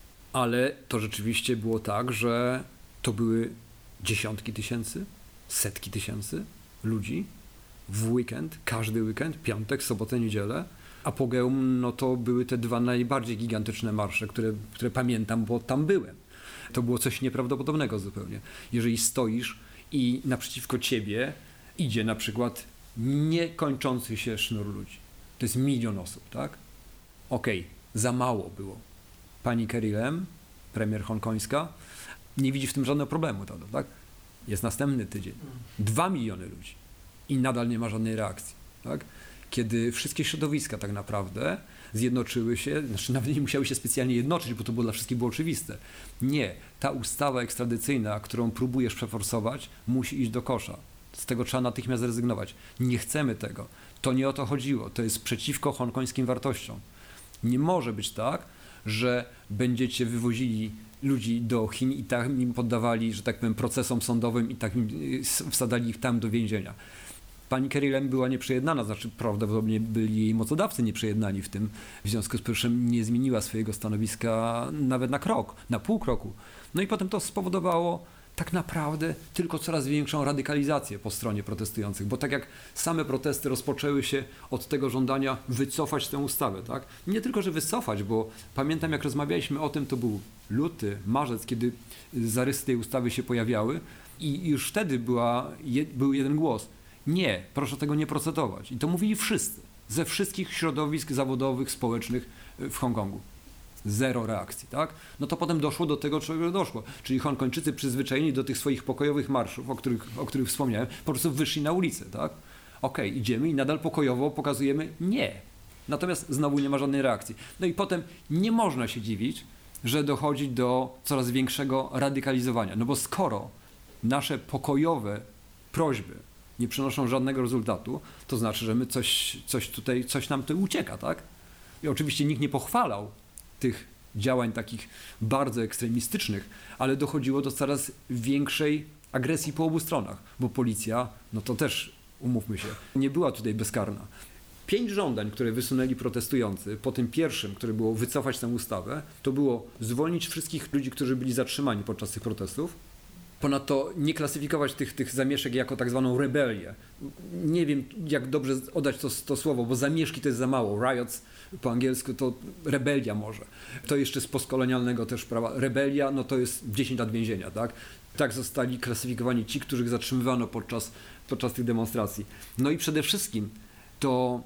Ale to rzeczywiście było tak, że to były dziesiątki tysięcy, setki tysięcy ludzi w weekend, każdy weekend, piątek, sobotę, niedzielę. Apogeum to były te 2 najbardziej gigantyczne marsze, które pamiętam, bo tam byłem. To było coś nieprawdopodobnego zupełnie. Jeżeli stoisz i naprzeciwko ciebie idzie na przykład niekończący się sznur ludzi. To jest 1 milion osób, tak? Okej, za mało było. Pani Carrie Lam, premier hongkońska, nie widzi w tym żadnego problemu, tak? Jest następny tydzień. 2 miliony ludzi i nadal nie ma żadnej reakcji, tak? Kiedy wszystkie środowiska tak naprawdę zjednoczyły się, nawet nie musiały się specjalnie jednoczyć, bo to dla wszystkich było oczywiste. Nie, ta ustawa ekstradycyjna, którą próbujesz przeforsować, musi iść do kosza. Z tego trzeba natychmiast zrezygnować. Nie chcemy tego. To nie o to chodziło. To jest przeciwko hongkońskim wartościom. Nie może być tak, że będziecie wywozili ludzi do Chin i tak im poddawali, że tak powiem, procesom sądowym i tak wsadzali ich tam do więzienia. Pani Carrie Lam była nieprzejednana, prawdopodobnie byli jej mocodawcy nieprzejednani w tym, w związku z powyższym nie zmieniła swojego stanowiska nawet na krok, na pół kroku. No i potem to spowodowało tak naprawdę tylko coraz większą radykalizację po stronie protestujących, bo tak jak same protesty rozpoczęły się od tego żądania wycofać tę ustawę, tak? Nie tylko, że wycofać, bo pamiętam, jak rozmawialiśmy o tym, to był luty, marzec, kiedy zarysy tej ustawy się pojawiały i już wtedy był jeden głos. Nie, proszę tego nie procedować. I to mówili wszyscy, ze wszystkich środowisk zawodowych, społecznych w Hongkongu. Zero reakcji, tak? No to potem doszło do tego, czego doszło. Czyli Hongkończycy przyzwyczajeni do tych swoich pokojowych marszów, o których wspomniałem, po prostu wyszli na ulicę, tak? Okej, idziemy i nadal pokojowo pokazujemy nie. Natomiast znowu nie ma żadnej reakcji. No i potem nie można się dziwić, że dochodzi do coraz większego radykalizowania. No bo skoro nasze pokojowe prośby nie przynoszą żadnego rezultatu, to znaczy, że my coś nam tu ucieka, tak? I oczywiście nikt nie pochwalał tych działań takich bardzo ekstremistycznych, ale dochodziło do coraz większej agresji po obu stronach, bo policja, no to też, umówmy się, nie była tutaj bezkarna. 5 żądań, które wysunęli protestujący, po tym pierwszym, które było wycofać tę ustawę, to było zwolnić wszystkich ludzi, którzy byli zatrzymani podczas tych protestów. Ponadto nie klasyfikować tych zamieszek jako tak zwaną rebelię. Nie wiem, jak dobrze oddać to słowo, bo zamieszki to jest za mało. Riots po angielsku to rebelia może. To jeszcze z postkolonialnego też prawa. Rebelia, no to jest 10 lat więzienia, tak? Tak zostali klasyfikowani ci, których zatrzymywano podczas tych demonstracji. No i przede wszystkim to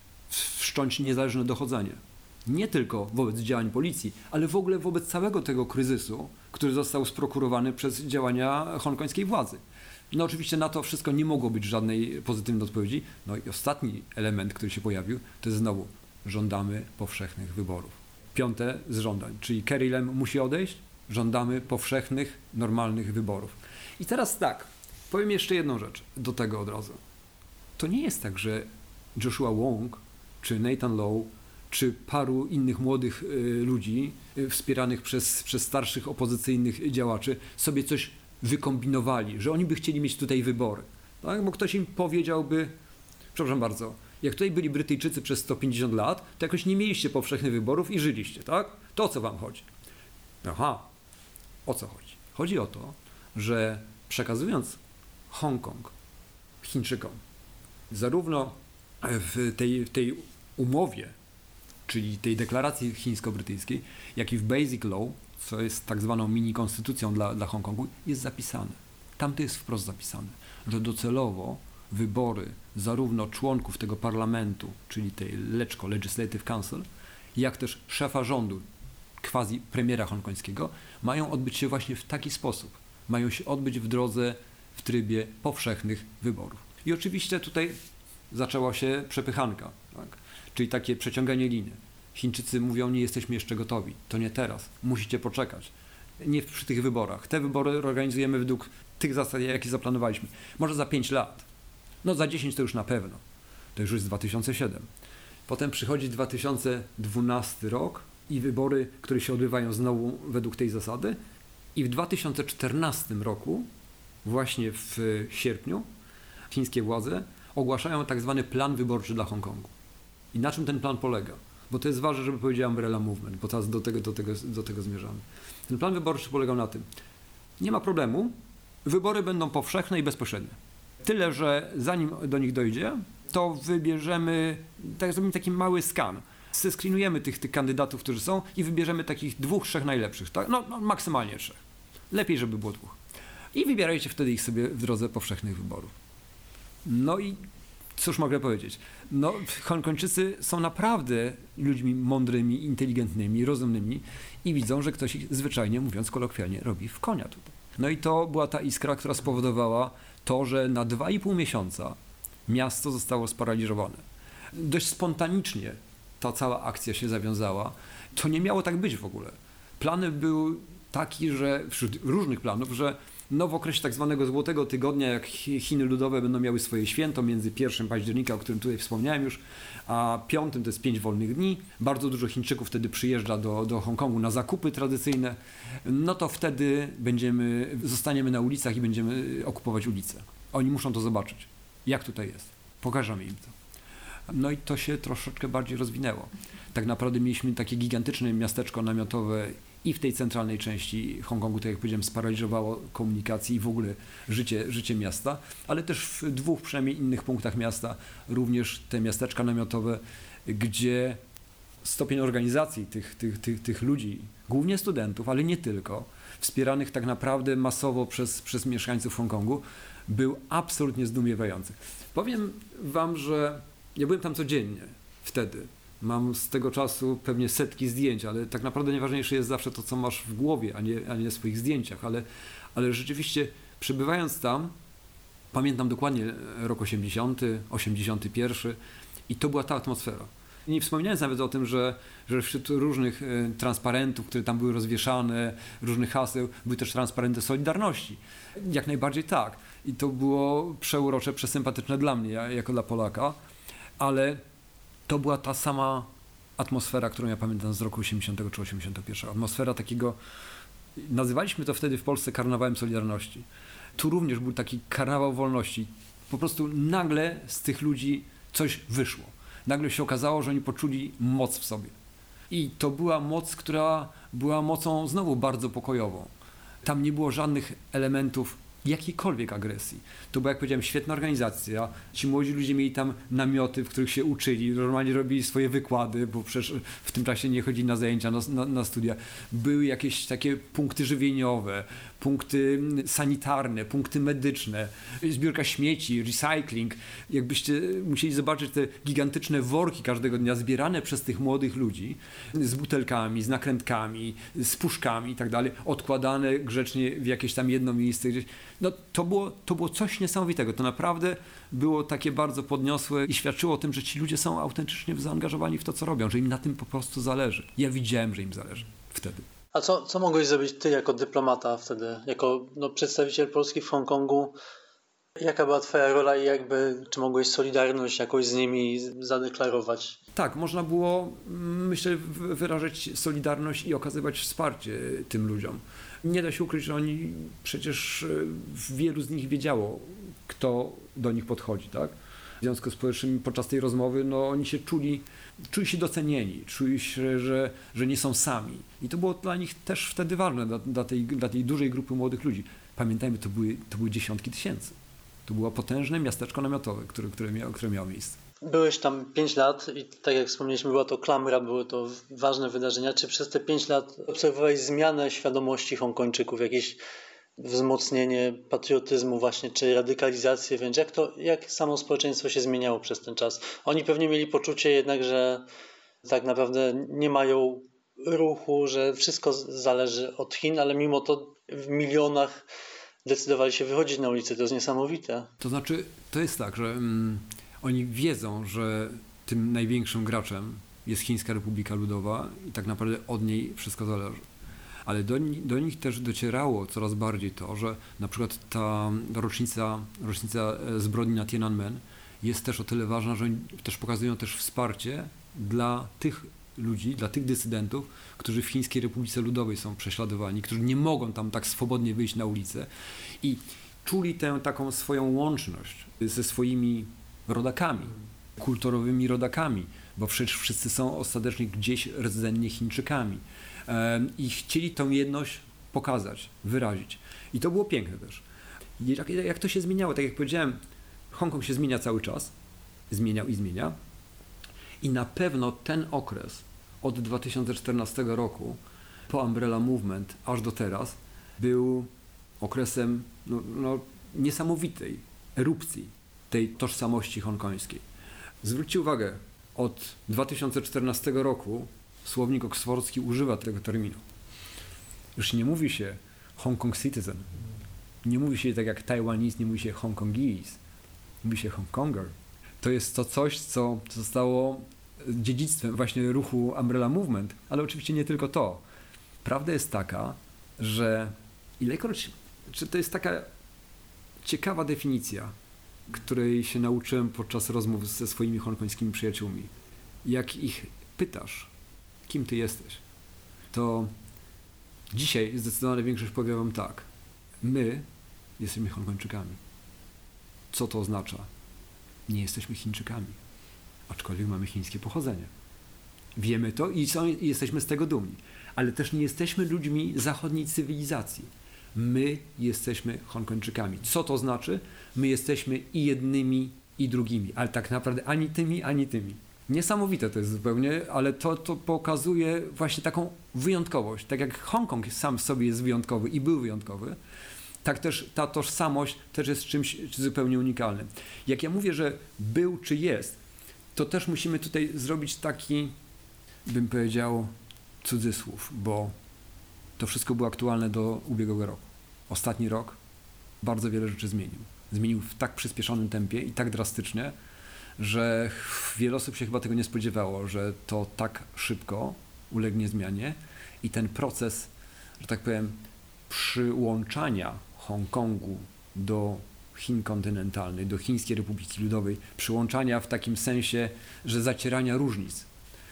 wszcząć niezależne dochodzenie. Nie tylko wobec działań policji, ale w ogóle wobec całego tego kryzysu, który został sprokurowany przez działania hongkońskiej władzy. No oczywiście na to wszystko nie mogło być żadnej pozytywnej odpowiedzi. No i ostatni element, który się pojawił, to jest znowu żądamy powszechnych wyborów. 5 z żądań, czyli Carrie Lam musi odejść, żądamy powszechnych, normalnych wyborów. I teraz tak, powiem jeszcze jedną rzecz do tego od razu. To nie jest tak, że Joshua Wong czy Nathan Law czy paru innych młodych ludzi wspieranych przez starszych opozycyjnych działaczy sobie coś wykombinowali, że oni by chcieli mieć tutaj wybory. Tak? Bo ktoś im powiedziałby, przepraszam bardzo, jak tutaj byli Brytyjczycy przez 150 lat, to jakoś nie mieliście powszechnych wyborów i żyliście, tak? To o co wam chodzi? Aha, o co chodzi? Chodzi o to, że przekazując Hongkong Chińczykom, zarówno w tej umowie, czyli tej deklaracji chińsko-brytyjskiej, jak i w Basic Law, co jest tak zwaną mini-konstytucją dla Hongkongu, jest zapisane. Tam to jest wprost zapisane, że docelowo wybory zarówno członków tego parlamentu, czyli tej LECO, Legislative Council, jak też szefa rządu, quasi premiera hongkońskiego, mają odbyć się właśnie w taki sposób. Mają się odbyć w trybie powszechnych wyborów. I oczywiście tutaj zaczęła się przepychanka, tak? Czyli takie przeciąganie liny. Chińczycy mówią, nie jesteśmy jeszcze gotowi, to nie teraz, musicie poczekać. Nie przy tych wyborach. Te wybory organizujemy według tych zasad, jakie zaplanowaliśmy. Może za 5 lat. No za 10 to już na pewno. To już jest 2007. Potem przychodzi 2012 rok i wybory, które się odbywają znowu według tej zasady. I w 2014 roku, właśnie w sierpniu, chińskie władze ogłaszają tak zwany plan wyborczy dla Hongkongu. I na czym ten plan polega? Bo to jest ważne, żeby powiedział Umbrella Movement, bo teraz do tego zmierzamy. Ten plan wyborczy polegał na tym, nie ma problemu, wybory będą powszechne i bezpośrednie. Tyle, że zanim do nich dojdzie, to wybierzemy, zrobimy taki mały skan. Zescreenujemy tych kandydatów, którzy są i wybierzemy takich 2-3 najlepszych, tak? No maksymalnie 3. Lepiej, żeby było 2. I wybierajcie wtedy ich sobie w drodze powszechnych wyborów. No i cóż mogę powiedzieć? No, Hongkończycy są naprawdę ludźmi mądrymi, inteligentnymi, rozumnymi i widzą, że ktoś ich zwyczajnie, mówiąc kolokwialnie, robi w konia tutaj. No i to była ta iskra, która spowodowała to, że na 2,5 miesiąca miasto zostało sparaliżowane. Dość spontanicznie ta cała akcja się zawiązała. To nie miało tak być w ogóle. Plany były taki, że wśród różnych planów, że w okresie tak zwanego Złotego Tygodnia, jak Chiny Ludowe będą miały swoje święto między 1 października, o którym tutaj wspomniałem już, a 5 to jest 5 wolnych dni. Bardzo dużo Chińczyków wtedy przyjeżdża do Hongkongu na zakupy tradycyjne. No to wtedy zostaniemy na ulicach i będziemy okupować ulice. Oni muszą to zobaczyć. Jak tutaj jest? Pokażemy im to. No i to się troszeczkę bardziej rozwinęło. Tak naprawdę mieliśmy takie gigantyczne miasteczko namiotowe i w tej centralnej części Hongkongu, tak jak powiedziałem, sparaliżowało komunikację i w ogóle życie miasta, ale też w 2 przynajmniej innych punktach miasta również te miasteczka namiotowe, gdzie stopień organizacji tych ludzi, głównie studentów, ale nie tylko, wspieranych tak naprawdę masowo przez mieszkańców Hongkongu, był absolutnie zdumiewający. Powiem wam, że ja byłem tam codziennie wtedy. Mam z tego czasu pewnie setki zdjęć, ale tak naprawdę najważniejsze jest zawsze to, co masz w głowie, a nie w swoich zdjęciach. Ale rzeczywiście przebywając tam, pamiętam dokładnie rok 80, 81 i to była ta atmosfera. Nie wspominając nawet o tym, że wśród różnych transparentów, które tam były rozwieszane, różnych haseł, były też transparenty Solidarności. Jak najbardziej tak. I to było przeurocze, przesympatyczne dla mnie, jako dla Polaka, ale to była ta sama atmosfera, którą ja pamiętam z roku 80 czy 81. Atmosfera takiego, nazywaliśmy to wtedy w Polsce karnawałem Solidarności. Tu również był taki karnawał wolności. Po prostu nagle z tych ludzi coś wyszło. Nagle się okazało, że oni poczuli moc w sobie. I to była moc, która była mocą znowu bardzo pokojową. Tam nie było żadnych elementów jakiejkolwiek agresji. To była, jak powiedziałem, świetna organizacja. Ci młodzi ludzie mieli tam namioty, w których się uczyli, normalnie robili swoje wykłady, bo przecież w tym czasie nie chodzili na zajęcia, na studia. Były jakieś takie punkty żywieniowe, punkty sanitarne, punkty medyczne, zbiórka śmieci, recycling. Jakbyście musieli zobaczyć te gigantyczne worki każdego dnia zbierane przez tych młodych ludzi z butelkami, z nakrętkami, z puszkami i tak dalej, odkładane grzecznie w jakieś tam jedno miejsce gdzieś. No to było coś niesamowitego. To naprawdę było takie bardzo podniosłe i świadczyło o tym, że ci ludzie są autentycznie zaangażowani w to, co robią, że im na tym po prostu zależy. Ja widziałem, że im zależy wtedy. A co mogłeś zrobić ty jako dyplomata wtedy, jako przedstawiciel Polski w Hongkongu? Jaka była twoja rola i czy mogłeś solidarność jakoś z nimi zadeklarować? Tak, można było, myślę, wyrażać solidarność i okazywać wsparcie tym ludziom. Nie da się ukryć, że oni przecież wielu z nich wiedziało, kto do nich podchodzi, tak? W związku z powyższym podczas tej rozmowy oni się czuli się docenieni, czuli się, że nie są sami. I to było dla nich też wtedy ważne, dla tej dużej grupy młodych ludzi. Pamiętajmy, to były dziesiątki tysięcy. To było potężne miasteczko namiotowe, które miało miejsce. Byłeś tam 5 lat i tak jak wspomnieliśmy, była to klamra, były to ważne wydarzenia. Czy przez te 5 lat obserwowałeś zmianę świadomości Hongkończyków, jakieś wzmocnienie patriotyzmu właśnie, czy radykalizację wręcz? Jak samo społeczeństwo się zmieniało przez ten czas? Oni pewnie mieli poczucie jednak, że tak naprawdę nie mają ruchu, że wszystko zależy od Chin, ale mimo to w milionach decydowali się wychodzić na ulicę. To jest niesamowite. To znaczy, to jest tak, że oni wiedzą, że tym największym graczem jest Chińska Republika Ludowa i tak naprawdę od niej wszystko zależy. Ale do nich też docierało coraz bardziej to, że na przykład ta rocznica zbrodni na Tiananmen jest też o tyle ważna, że oni też pokazują też wsparcie dla tych ludzi, dla tych dysydentów, którzy w Chińskiej Republice Ludowej są prześladowani, którzy nie mogą tam tak swobodnie wyjść na ulicę i czuli tę taką swoją łączność ze swoimi rodakami, kulturowymi rodakami, bo przecież wszyscy są ostatecznie gdzieś rdzennie Chińczykami i chcieli tą jedność pokazać, wyrazić. I to było piękne też. Jak to się zmieniało? Tak jak powiedziałem, Hongkong się zmienia cały czas, zmieniał i zmienia i na pewno ten okres od 2014 roku po Umbrella Movement aż do teraz był okresem niesamowitej erupcji tej tożsamości hongkońskiej. Zwróćcie uwagę, od 2014 roku słownik oksfordzki używa tego terminu. Już nie mówi się Hong Kong citizen, nie mówi się tak jak Taiwanese, nie mówi się Hongkongese, mówi się Hongkonger. To jest to coś, co zostało dziedzictwem właśnie ruchu Umbrella Movement, ale oczywiście nie tylko to. Prawda jest taka, że to jest taka ciekawa definicja, której się nauczyłem podczas rozmów ze swoimi hongkońskimi przyjaciółmi. Jak ich pytasz, kim ty jesteś, to dzisiaj zdecydowana większość powie wam tak. My jesteśmy Hongkończykami. Co to oznacza? Nie jesteśmy Chińczykami, aczkolwiek mamy chińskie pochodzenie. Wiemy to i jesteśmy z tego dumni, ale też nie jesteśmy ludźmi zachodniej cywilizacji. My jesteśmy Hongkończykami. Co to znaczy? My jesteśmy i jednymi, i drugimi, ale tak naprawdę ani tymi, ani tymi. Niesamowite to jest zupełnie, ale to pokazuje właśnie taką wyjątkowość. Tak jak Hongkong sam w sobie jest wyjątkowy i był wyjątkowy, tak też ta tożsamość też jest czymś zupełnie unikalnym. Jak ja mówię, że był czy jest, to też musimy tutaj zrobić taki, bym powiedział, cudzysłów, bo to wszystko było aktualne do ubiegłego roku. Ostatni rok bardzo wiele rzeczy zmienił. Zmienił w tak przyspieszonym tempie i tak drastycznie, że wiele osób się chyba tego nie spodziewało, że to tak szybko ulegnie zmianie i ten proces, że tak powiem, przyłączania Hongkongu do Chin kontynentalnych, do Chińskiej Republiki Ludowej, przyłączania w takim sensie, że zacierania różnic,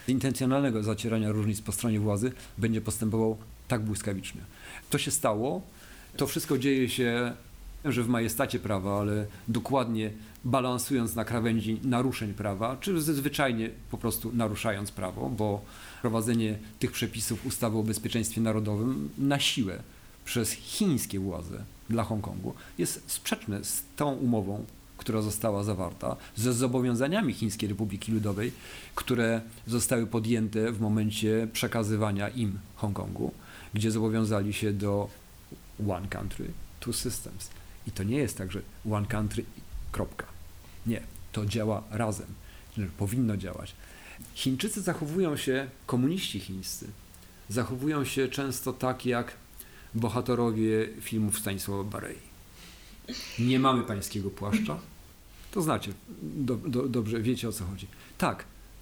intencjonalnego zacierania różnic po stronie władzy będzie postępował tak błyskawicznie. To się stało, to wszystko dzieje się, że w majestacie prawa, ale dokładnie balansując na krawędzi naruszeń prawa, czy zwyczajnie po prostu naruszając prawo, bo prowadzenie tych przepisów ustawy o bezpieczeństwie narodowym na siłę przez chińskie władze dla Hongkongu jest sprzeczne z tą umową, która została zawarta, ze zobowiązaniami Chińskiej Republiki Ludowej, które zostały podjęte w momencie przekazywania im Hongkongu, gdzie zobowiązali się do one country, two systems. I to nie jest tak, że one country, kropka. Nie, to działa razem, powinno działać. Chińczycy zachowują się, komuniści chińscy, zachowują się często tak jak bohaterowie filmów Stanisława Barei. Nie mamy pańskiego płaszcza, to znacie, dobrze wiecie, o co chodzi. Tak,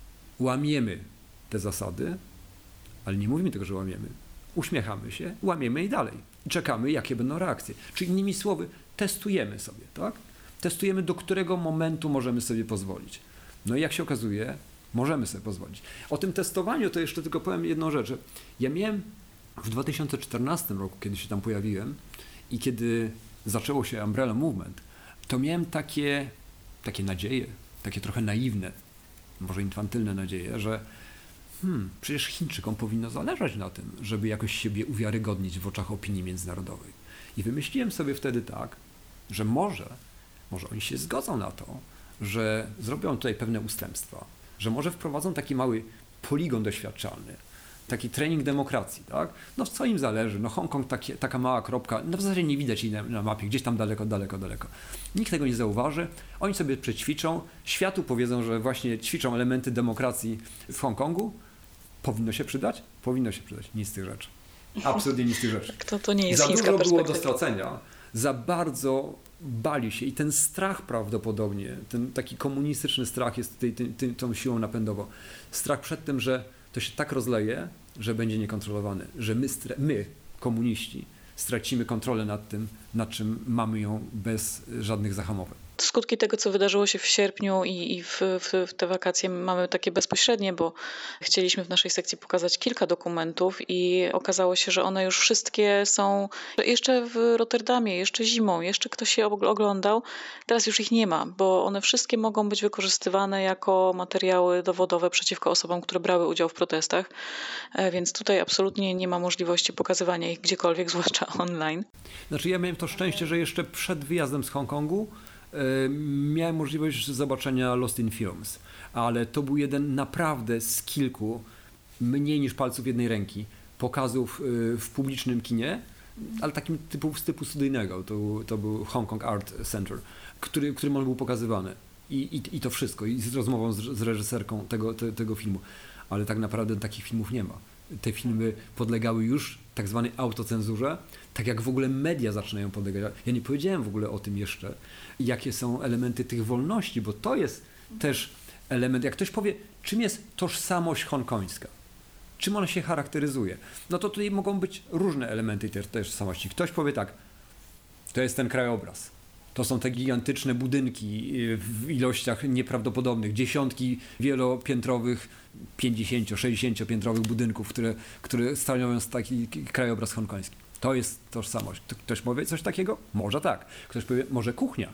łamiemy te zasady, ale nie mówimy tego, że łamiemy. Uśmiechamy się, łamiemy i dalej. I czekamy, jakie będą reakcje. Czyli innymi słowy, testujemy sobie, tak? Testujemy, do którego momentu możemy sobie pozwolić. No i jak się okazuje, możemy sobie pozwolić. O tym testowaniu to jeszcze tylko powiem jedną rzecz. Ja miałem w 2014 roku, kiedy się tam pojawiłem i kiedy zaczęło się Umbrella Movement, to miałem takie nadzieje, takie trochę naiwne, może infantylne nadzieje, że przecież Chińczykom powinno zależeć na tym, żeby jakoś siebie uwiarygodnić w oczach opinii międzynarodowej. I wymyśliłem sobie wtedy tak, że może oni się zgodzą na to, że zrobią tutaj pewne ustępstwa, że może wprowadzą taki mały poligon doświadczalny, taki trening demokracji, tak? No co im zależy? No Hongkong taka mała kropka, no w zasadzie nie widać jej na mapie, gdzieś tam daleko. Nikt tego nie zauważy, oni sobie przećwiczą, światu powiedzą, że właśnie ćwiczą elementy demokracji w Hongkongu. Powinno się przydać? Powinno się przydać. Nic z tych rzeczy. Absolutnie nic z tych rzeczy. To nie jest za chińska dużo było perspektywa. do stracenia, za bardzo bali się i ten strach prawdopodobnie, ten taki komunistyczny strach jest tą siłą napędową. Strach przed tym, że to się tak rozleje, że będzie niekontrolowany, że my, komuniści, stracimy kontrolę nad tym, nad czym mamy ją bez żadnych zahamowań. Skutki tego, co wydarzyło się w sierpniu i w te wakacje mamy takie bezpośrednie, bo chcieliśmy w naszej sekcji pokazać kilka dokumentów i okazało się, że one już wszystkie są jeszcze w Rotterdamie, jeszcze zimą, jeszcze ktoś je oglądał. Teraz już ich nie ma, bo one wszystkie mogą być wykorzystywane jako materiały dowodowe przeciwko osobom, które brały udział w protestach, więc tutaj absolutnie nie ma możliwości pokazywania ich gdziekolwiek, zwłaszcza online. Znaczy ja miałem to szczęście, że jeszcze przed wyjazdem z Hongkongu miałem możliwość zobaczenia Lost in Films, ale to był jeden naprawdę z kilku, mniej niż palców jednej ręki, pokazów w publicznym kinie, ale takim typu studyjnego. To był Hong Kong Art Center, którym on był pokazywany. I to wszystko, i z rozmową z reżyserką tego filmu. Ale tak naprawdę takich filmów nie ma. Te filmy podlegały już tak zwanej autocenzurze, tak jak w ogóle media zaczynają podlegać. Ja nie powiedziałem w ogóle o tym jeszcze, jakie są elementy tych wolności, bo to jest też element, jak ktoś powie, czym jest tożsamość hongkońska, czym ona się charakteryzuje, no to tutaj mogą być różne elementy tej tożsamości. Ktoś powie tak, to jest ten krajobraz, to są te gigantyczne budynki w ilościach nieprawdopodobnych, dziesiątki wielopiętrowych, 50-60-piętrowych budynków, które stanowią taki krajobraz hongkoński. To jest tożsamość. Ktoś powie coś takiego? Może tak. Ktoś powie, może kuchnia,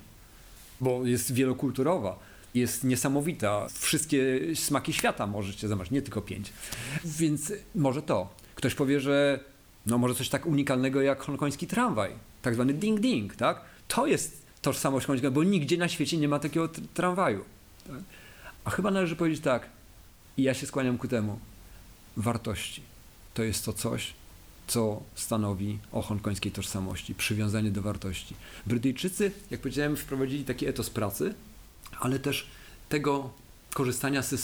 bo jest wielokulturowa, jest niesamowita. Wszystkie smaki świata możecie zobaczyć, nie tylko 5. Więc może to. Ktoś powie, że no może coś tak unikalnego jak hongkoński tramwaj, tak zwany ding-ding, tak? To jest tożsamość hongkońska, bo nigdzie na świecie nie ma takiego tramwaju. Tak? A chyba należy powiedzieć tak, i ja się skłaniam ku temu, wartości. To jest to coś, co stanowi o hongkońskiej tożsamości, przywiązanie do wartości. Brytyjczycy, jak powiedziałem, wprowadzili taki etos pracy, ale też tego korzystania ze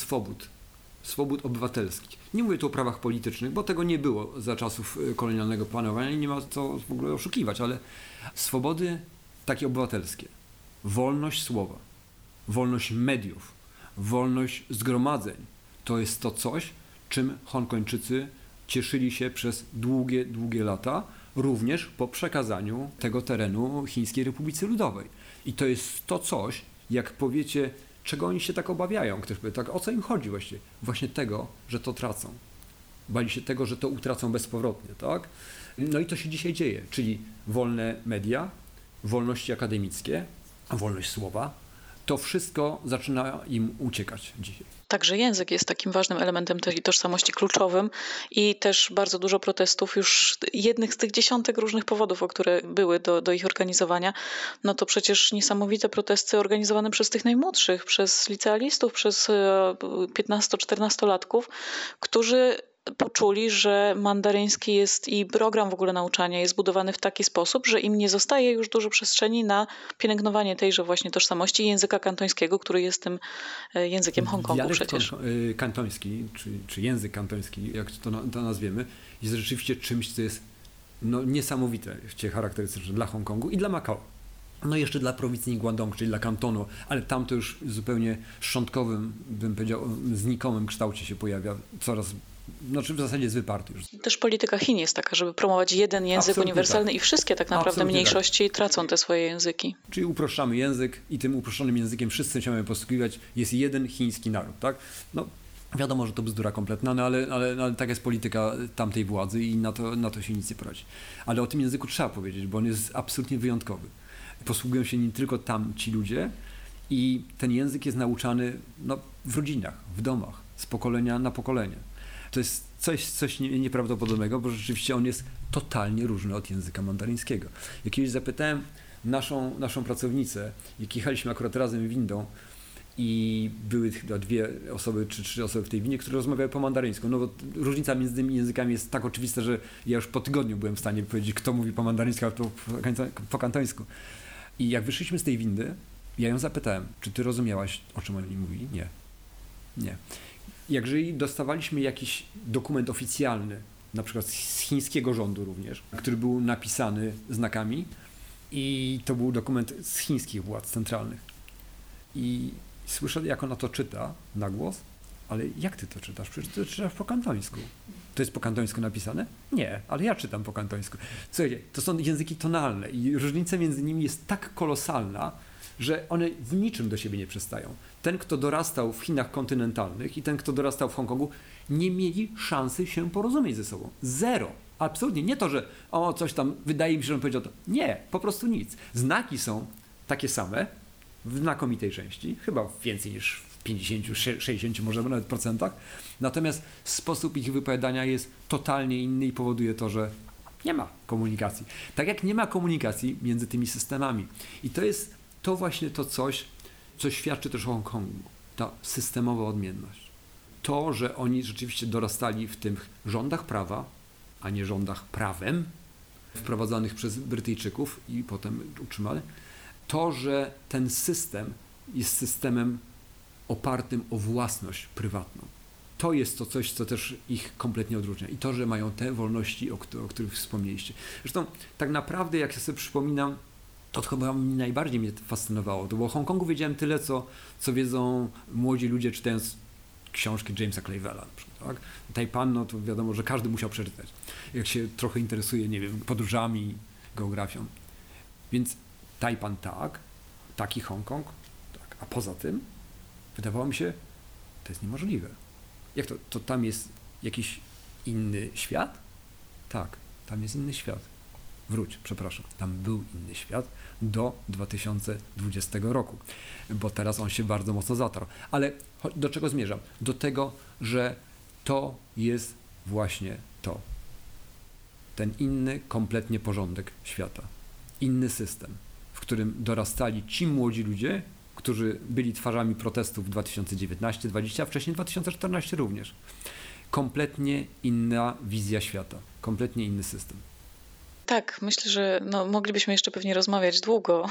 swobód obywatelskich. Nie mówię tu o prawach politycznych, bo tego nie było za czasów kolonialnego panowania i nie ma co w ogóle oszukiwać, ale swobody takie obywatelskie. Wolność słowa, wolność mediów, wolność zgromadzeń. To jest to coś, czym Hongkończycy cieszyli się przez długie lata, również po przekazaniu tego terenu Chińskiej Republice Ludowej. I to jest to coś, jak powiecie, czego oni się tak obawiają? Ktoś powie, tak, o co im chodzi właściwie? Właśnie tego, że to tracą. Bali się tego, że to utracą bezpowrotnie, tak? No i to się dzisiaj dzieje, czyli wolne media, wolności akademickie, wolność słowa, to wszystko zaczyna im uciekać dzisiaj. Także język jest takim ważnym elementem tej tożsamości, kluczowym i też bardzo dużo protestów, już jednych z tych dziesiątek różnych powodów, o które były do ich organizowania, no to przecież niesamowite protesty organizowane przez tych najmłodszych, przez licealistów, przez 15-14-latków, którzy poczuli, że mandaryński jest i program w ogóle nauczania jest budowany w taki sposób, że im nie zostaje już dużo przestrzeni na pielęgnowanie tejże właśnie tożsamości i języka kantońskiego, który jest tym językiem Hongkongu przecież. Kantoński, czy język kantoński, jak to nazwiemy, jest rzeczywiście czymś, co jest niesamowite, charakterystyczne dla Hongkongu i dla Makao. No jeszcze dla prowincji Guangdong, czyli dla kantonu, ale tam to już zupełnie szczątkowym, bym powiedział, znikomym kształcie się pojawia coraz. Znaczy w zasadzie jest wyparty już. Też polityka Chin jest taka, żeby promować jeden język Absolutnie uniwersalny tak. i wszystkie tak naprawdę Absolutnie mniejszości tracą te swoje języki. Czyli uproszczamy język i tym uproszczonym językiem wszyscy się mamy posługiwać. Jest jeden chiński naród, tak? No wiadomo, że to bzdura kompletna, no, ale tak jest polityka tamtej władzy i na to się nic nie poradzi. Ale o tym języku trzeba powiedzieć, bo on jest absolutnie wyjątkowy. Posługują się nim tylko tamci ludzie i ten język jest nauczany w rodzinach, w domach, z pokolenia na pokolenie. To jest coś nieprawdopodobnego, bo rzeczywiście on jest totalnie różny od języka mandaryńskiego. Jak kiedyś zapytałem naszą pracownicę, jak jechaliśmy akurat razem windą i były chyba 2 osoby czy 3 osoby w tej windzie, które rozmawiały po mandaryńsku. No bo różnica między tymi językami jest tak oczywista, że ja już po tygodniu byłem w stanie powiedzieć, kto mówi po mandaryńsku, a kto po kantońsku. I jak wyszliśmy z tej windy, ja ją zapytałem, czy ty rozumiałaś, o czym oni mówili? Nie. Jeżeli dostawaliśmy jakiś dokument oficjalny, na przykład z chińskiego rządu również, który był napisany znakami i to był dokument z chińskich władz centralnych. I słyszę, jak ona to czyta na głos, ale jak ty to czytasz? Przecież ty to czytasz po kantońsku. To jest po kantońsku napisane? Nie, ale ja czytam po kantońsku. Słuchajcie, to są języki tonalne i różnica między nimi jest tak kolosalna, że one w niczym do siebie nie przystają. Ten, kto dorastał w Chinach kontynentalnych i ten, kto dorastał w Hongkongu, nie mieli szansy się porozumieć ze sobą. Zero. Absolutnie. Nie to, że coś tam, wydaje mi się, że on powiedział to. Nie, po prostu nic. Znaki są takie same w znakomitej części, chyba więcej niż w 50, 60 może nawet procentach. Natomiast sposób ich wypowiadania jest totalnie inny i powoduje to, że nie ma komunikacji. Tak jak nie ma komunikacji między tymi systemami. I to jest to właśnie to coś, co świadczy też o Hongkongu. Ta systemowa odmienność. To, że oni rzeczywiście dorastali w tych rządach prawa, a nie rządach prawem, wprowadzanych przez Brytyjczyków i potem utrzymany. To, że ten system jest systemem opartym o własność prywatną. To jest to coś, co też ich kompletnie odróżnia. I to, że mają te wolności, o których wspomnieliście. Zresztą tak naprawdę, jak ja sobie przypominam, to chyba najbardziej mnie fascynowało. Bo o Hongkongu wiedziałem tyle, co wiedzą młodzi ludzie, czytając książki Jamesa Clavella na przykład. Tak? Tajpan, to wiadomo, że każdy musiał przeczytać. Jak się trochę interesuje, nie wiem, podróżami, geografią. Więc Tajpan tak, taki Hongkong, tak. A poza tym wydawało mi się, to jest niemożliwe. Jak to tam jest jakiś inny świat? Tak, tam jest inny świat. Tam był inny świat do 2020 roku, bo teraz on się bardzo mocno zatarł. Ale do czego zmierzam? Do tego, że to jest właśnie to. Ten inny kompletnie porządek świata. Inny system, w którym dorastali ci młodzi ludzie, którzy byli twarzami protestów w 2019-2020, a wcześniej 2014 również. Kompletnie inna wizja świata, kompletnie inny system. Tak, myślę, że moglibyśmy jeszcze pewnie rozmawiać długo,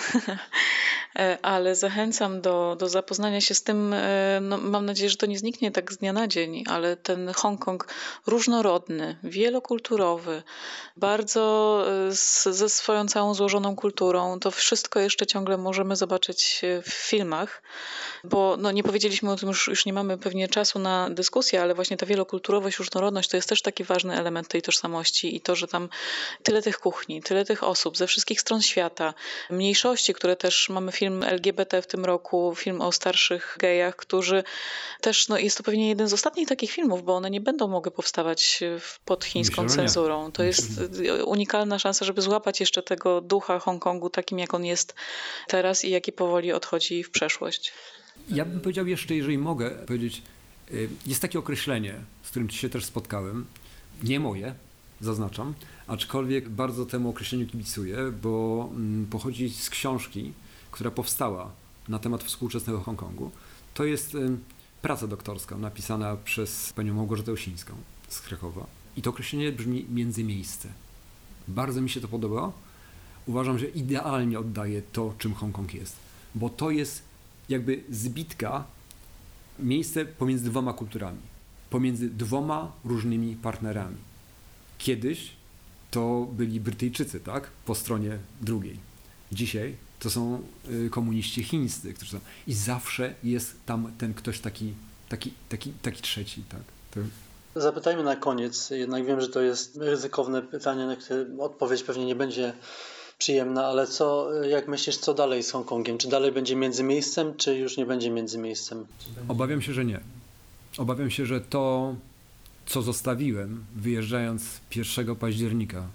ale zachęcam do zapoznania się z tym. Mam nadzieję, że to nie zniknie tak z dnia na dzień, ale ten Hongkong różnorodny, wielokulturowy, bardzo ze swoją całą złożoną kulturą, to wszystko jeszcze ciągle możemy zobaczyć w filmach, bo nie powiedzieliśmy o tym, już nie mamy pewnie czasu na dyskusję, ale właśnie ta wielokulturowość, różnorodność to jest też taki ważny element tej tożsamości i to, że tam tyle tych kuchni, tyle tych osób ze wszystkich stron świata, mniejszości, które też mamy filmy film LGBT w tym roku, film o starszych gejach, którzy też, jest to pewnie jeden z ostatnich takich filmów, bo one nie będą mogły powstawać pod chińską Myślę, że nie. cenzurą. To jest unikalna szansa, żeby złapać jeszcze tego ducha Hongkongu takim, jak on jest teraz i jaki powoli odchodzi w przeszłość. Ja bym powiedział jeszcze, jeżeli mogę powiedzieć, jest takie określenie, z którym się też spotkałem, nie moje, zaznaczam, aczkolwiek bardzo temu określeniu kibicuję, bo pochodzi z książki, która powstała na temat współczesnego Hongkongu. To jest praca doktorska napisana przez panią Małgorzatę Osińską z Krakowa. I to określenie brzmi międzymiejsce. Bardzo mi się to podoba. Uważam, że idealnie oddaje to, czym Hongkong jest. Bo to jest jakby zbitka, miejsce pomiędzy dwoma kulturami, pomiędzy dwoma różnymi partnerami. Kiedyś to byli Brytyjczycy, tak? Po stronie drugiej. Dzisiaj to są komuniści chińscy, którzy są. I zawsze jest tam ten ktoś taki trzeci, tak? Zapytajmy na koniec, jednak wiem, że to jest ryzykowne pytanie, na które odpowiedź pewnie nie będzie przyjemna, ale jak myślisz, co dalej z Hongkongiem? Czy dalej będzie międzymiejscem, czy już nie będzie międzymiejscem? Obawiam się, że nie. Obawiam się, że to, co zostawiłem, wyjeżdżając 1 października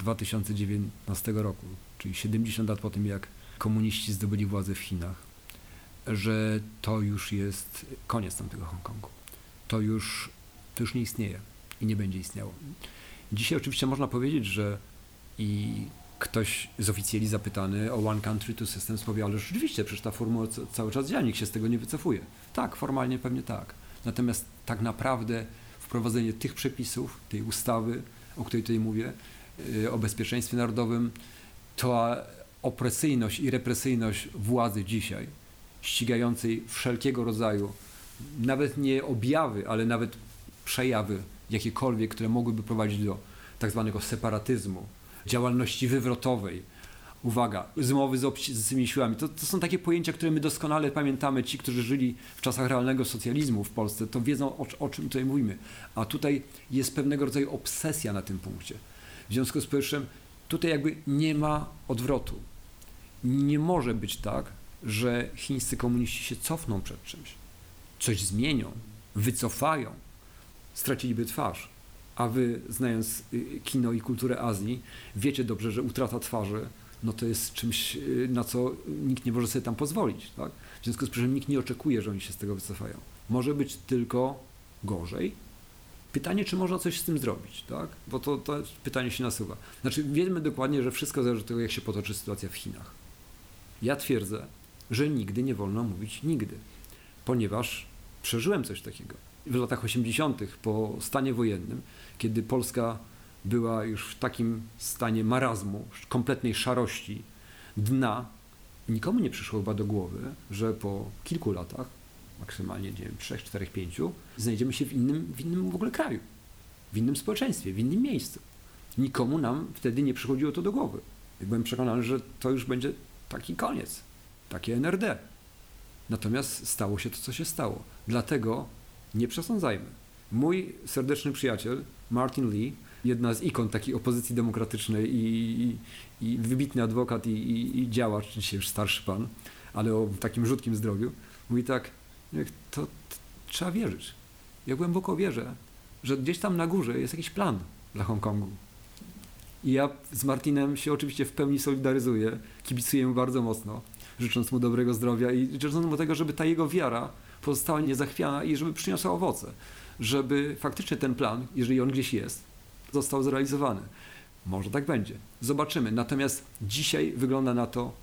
2019 roku, czyli 70 lat po tym, jak komuniści zdobyli władzę w Chinach, że to już jest koniec tamtego Hongkongu. To już nie istnieje i nie będzie istniało. Dzisiaj oczywiście można powiedzieć, że i ktoś z oficjeli zapytany o One Country, Two Systems powie, ale rzeczywiście, przecież ta formuła cały czas działa, nikt się z tego nie wycofuje. Tak, formalnie pewnie tak. Natomiast tak naprawdę wprowadzenie tych przepisów, tej ustawy, o której tutaj mówię, o bezpieczeństwie narodowym, to opresyjność i represyjność władzy dzisiaj, ścigającej wszelkiego rodzaju, nawet nie objawy, ale nawet przejawy jakiekolwiek, które mogłyby prowadzić do tak zwanego separatyzmu, działalności wywrotowej, uwaga, zmowy z obcymi siłami. To są takie pojęcia, które my doskonale pamiętamy. Ci, którzy żyli w czasach realnego socjalizmu w Polsce, to wiedzą, o czym tutaj mówimy. A tutaj jest pewnego rodzaju obsesja na tym punkcie. W związku z powyższym tutaj jakby nie ma odwrotu. Nie może być tak, że chińscy komuniści się cofną przed czymś, coś zmienią, wycofają, straciliby twarz. A wy, znając kino i kulturę Azji, wiecie dobrze, że utrata twarzy to jest czymś, na co nikt nie może sobie tam pozwolić. Tak? W związku z czym nikt nie oczekuje, że oni się z tego wycofają. Może być tylko gorzej. Pytanie, czy można coś z tym zrobić, tak? Bo to pytanie się nasuwa. Znaczy, wiemy dokładnie, że wszystko zależy od tego, jak się potoczy sytuacja w Chinach. Ja twierdzę, że nigdy nie wolno mówić nigdy, ponieważ przeżyłem coś takiego. W latach 80. po stanie wojennym, kiedy Polska była już w takim stanie marazmu, kompletnej szarości, dna, nikomu nie przyszło chyba do głowy, że po kilku latach, maksymalnie, nie wiem, 3, 4, 5, znajdziemy się w innym w ogóle kraju, w innym społeczeństwie, w innym miejscu. Nikomu nam wtedy nie przychodziło to do głowy. Byłem przekonany, że to już będzie taki koniec, takie NRD. Natomiast stało się to, co się stało. Dlatego nie przesądzajmy. Mój serdeczny przyjaciel, Martin Lee, jedna z ikon takiej opozycji demokratycznej i wybitny adwokat i działacz, dzisiaj już starszy pan, ale o takim rzutkim zdrowiu, mówi tak, to trzeba wierzyć. Ja głęboko wierzę, że gdzieś tam na górze jest jakiś plan dla Hongkongu. I ja z Martinem się oczywiście w pełni solidaryzuję, kibicuję mu bardzo mocno, życząc mu dobrego zdrowia i życząc mu tego, żeby ta jego wiara pozostała niezachwiana i żeby przyniosła owoce. Żeby faktycznie ten plan, jeżeli on gdzieś jest, został zrealizowany. Może tak będzie. Zobaczymy. Natomiast dzisiaj wygląda na to,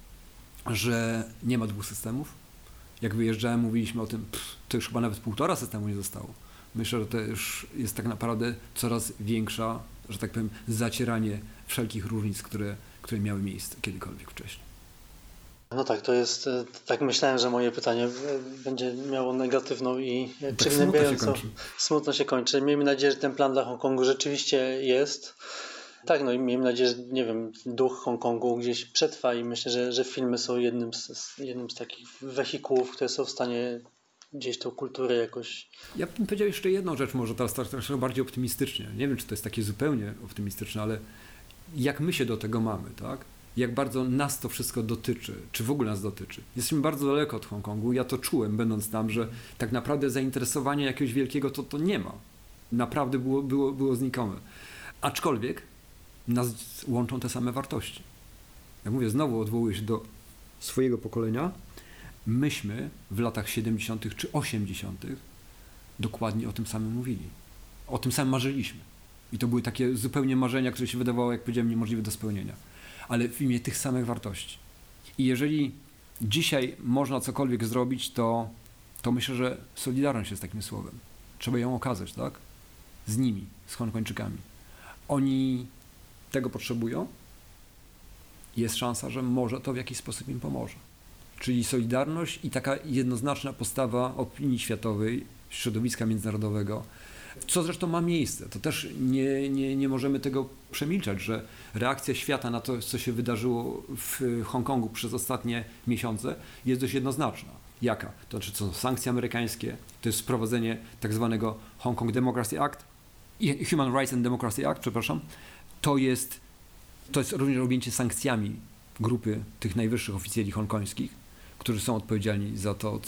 że nie ma 2 systemów. Jak wyjeżdżałem, mówiliśmy o tym, to już chyba nawet 1,5 systemu nie zostało. Myślę, że to już jest tak naprawdę coraz większa, że tak powiem, zacieranie wszelkich różnic, które miały miejsce kiedykolwiek wcześniej. No tak, to jest, tak myślałem, że moje pytanie będzie miało negatywną i przygnębiającą. Smutno się kończy. Miejmy nadzieję, że ten plan dla Hongkongu rzeczywiście jest. Tak, no i miejmy nadzieję, że nie wiem, duch Hongkongu gdzieś przetrwa i myślę, że filmy są jednym z takich wehikułów, które są w stanie gdzieś tą kulturę jakoś... Ja bym powiedział jeszcze jedną rzecz, może teraz troszkę bardziej optymistycznie. Nie wiem, czy to jest takie zupełnie optymistyczne, ale jak my się do tego mamy, tak? jak bardzo nas to wszystko dotyczy, czy w ogóle nas dotyczy. Jesteśmy bardzo daleko od Hongkongu, ja to czułem będąc tam, że tak naprawdę zainteresowania jakiegoś wielkiego to nie ma. Naprawdę było znikome. Aczkolwiek nas łączą te same wartości. Jak mówię, znowu odwołuję się do swojego pokolenia. Myśmy w latach 70. czy 80. dokładnie o tym samym mówili. O tym samym marzyliśmy. I to były takie zupełnie marzenia, które się wydawało, jak powiedziałem, niemożliwe do spełnienia. Ale w imię tych samych wartości. I jeżeli dzisiaj można cokolwiek zrobić, to myślę, że solidarność jest takim słowem. Trzeba ją okazać, tak? Z nimi, z Hongkończykami. Oni tego potrzebują. Jest szansa, że może to w jakiś sposób im pomoże. Czyli solidarność i taka jednoznaczna postawa opinii światowej, środowiska międzynarodowego, co zresztą ma miejsce. To też nie możemy tego przemilczać, że reakcja świata na to, co się wydarzyło w Hongkongu przez ostatnie miesiące, jest dość jednoznaczna. Jaka? To znaczy, co są sankcje amerykańskie, to jest wprowadzenie tak zwanego Hong Kong Democracy Act, Human Rights and Democracy Act, przepraszam. To jest również objęcie sankcjami grupy tych najwyższych oficjeli hongkońskich, którzy są odpowiedzialni za to,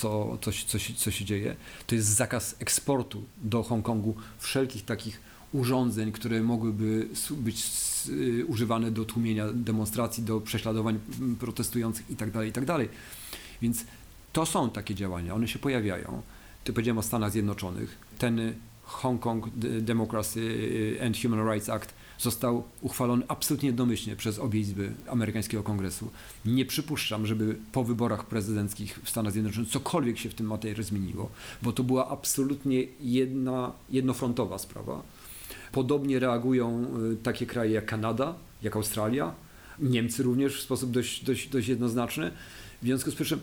co się dzieje. To jest zakaz eksportu do Hongkongu wszelkich takich urządzeń, które mogłyby być używane do tłumienia demonstracji, do prześladowań protestujących itd. Więc to są takie działania, one się pojawiają. Tu powiedziałem o Stanach Zjednoczonych. Ten Hong Kong Democracy and Human Rights Act został uchwalony absolutnie jednomyślnie przez obie izby amerykańskiego kongresu. Nie przypuszczam, żeby po wyborach prezydenckich w Stanach Zjednoczonych cokolwiek się w tym materii zmieniło, bo to była absolutnie jednofrontowa sprawa. Podobnie reagują takie kraje jak Kanada, jak Australia, Niemcy również w sposób dość jednoznaczny. W związku z czym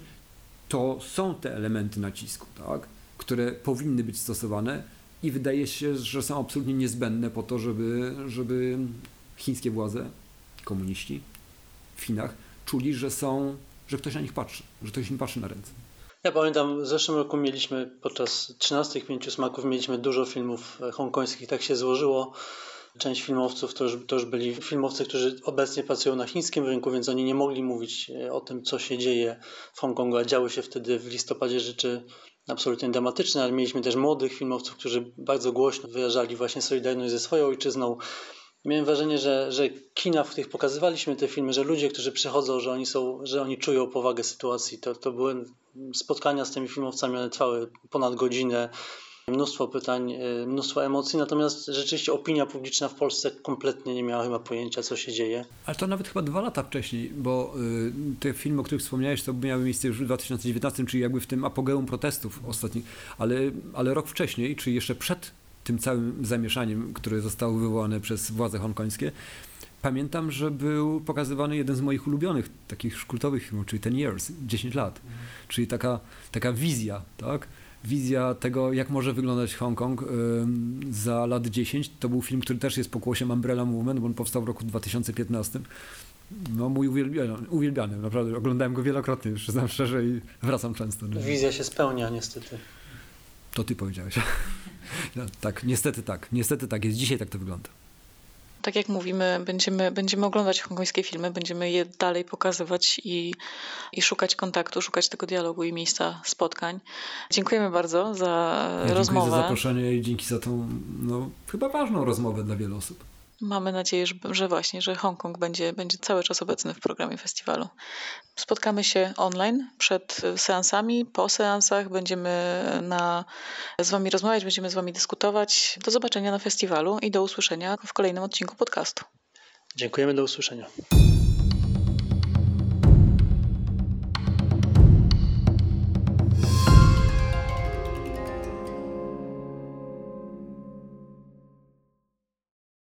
to są te elementy nacisku, tak, które powinny być stosowane i wydaje się, że są absolutnie niezbędne po to, żeby chińskie władze, komuniści w Chinach czuli, że ktoś na nich patrzy, że ktoś im patrzy na ręce. Ja pamiętam, w zeszłym roku mieliśmy podczas 13 Pięciu Smaków mieliśmy dużo filmów hongkońskich, tak się złożyło. Część filmowców to już byli filmowcy, którzy obecnie pracują na chińskim rynku, więc oni nie mogli mówić o tym, co się dzieje w Hongkongu, a działy się wtedy w listopadzie rzeczy absolutnie dramatyczne, ale mieliśmy też młodych filmowców, którzy bardzo głośno wyrażali właśnie solidarność ze swoją ojczyzną. Miałem wrażenie, że kina, w których pokazywaliśmy te filmy, że ludzie, którzy przychodzą, że oni czują powagę sytuacji. To były spotkania z tymi filmowcami, one trwały ponad godzinę. Mnóstwo pytań, mnóstwo emocji, natomiast rzeczywiście opinia publiczna w Polsce kompletnie nie miała chyba pojęcia, co się dzieje. Ale to nawet chyba 2 lata wcześniej, bo te filmy, o których wspomniałeś, to miały miejsce już w 2019, czyli jakby w tym apogeum protestów ostatnich, ale rok wcześniej, czyli jeszcze przed tym całym zamieszaniem, które zostało wywołane przez władze hongkońskie, pamiętam, że był pokazywany jeden z moich ulubionych, takich kultowych filmów, czyli 10 Years, 10 lat, czyli taka wizja, tak? Wizja tego, jak może wyglądać Hongkong za lat 10. To był film, który też jest pokłosiem Umbrella Movement, bo on powstał w roku 2015. No mój uwielbiany, naprawdę. Oglądałem go wielokrotnie, już przyznam szczerze i wracam często. Wizja się spełnia niestety. To ty powiedziałeś. No, tak, niestety tak jest. Dzisiaj tak to wygląda. Tak jak mówimy, będziemy oglądać hongkońskie filmy, będziemy je dalej pokazywać i szukać kontaktu, szukać tego dialogu i miejsca spotkań. Dziękujemy bardzo za rozmowę. Dziękuję za zaproszenie i dzięki za tą chyba ważną rozmowę dla wielu osób. Mamy nadzieję, że Hongkong będzie cały czas obecny w programie festiwalu. Spotkamy się online przed seansami, po seansach będziemy z Wami rozmawiać, będziemy z Wami dyskutować. Do zobaczenia na festiwalu i do usłyszenia w kolejnym odcinku podcastu. Dziękujemy, do usłyszenia.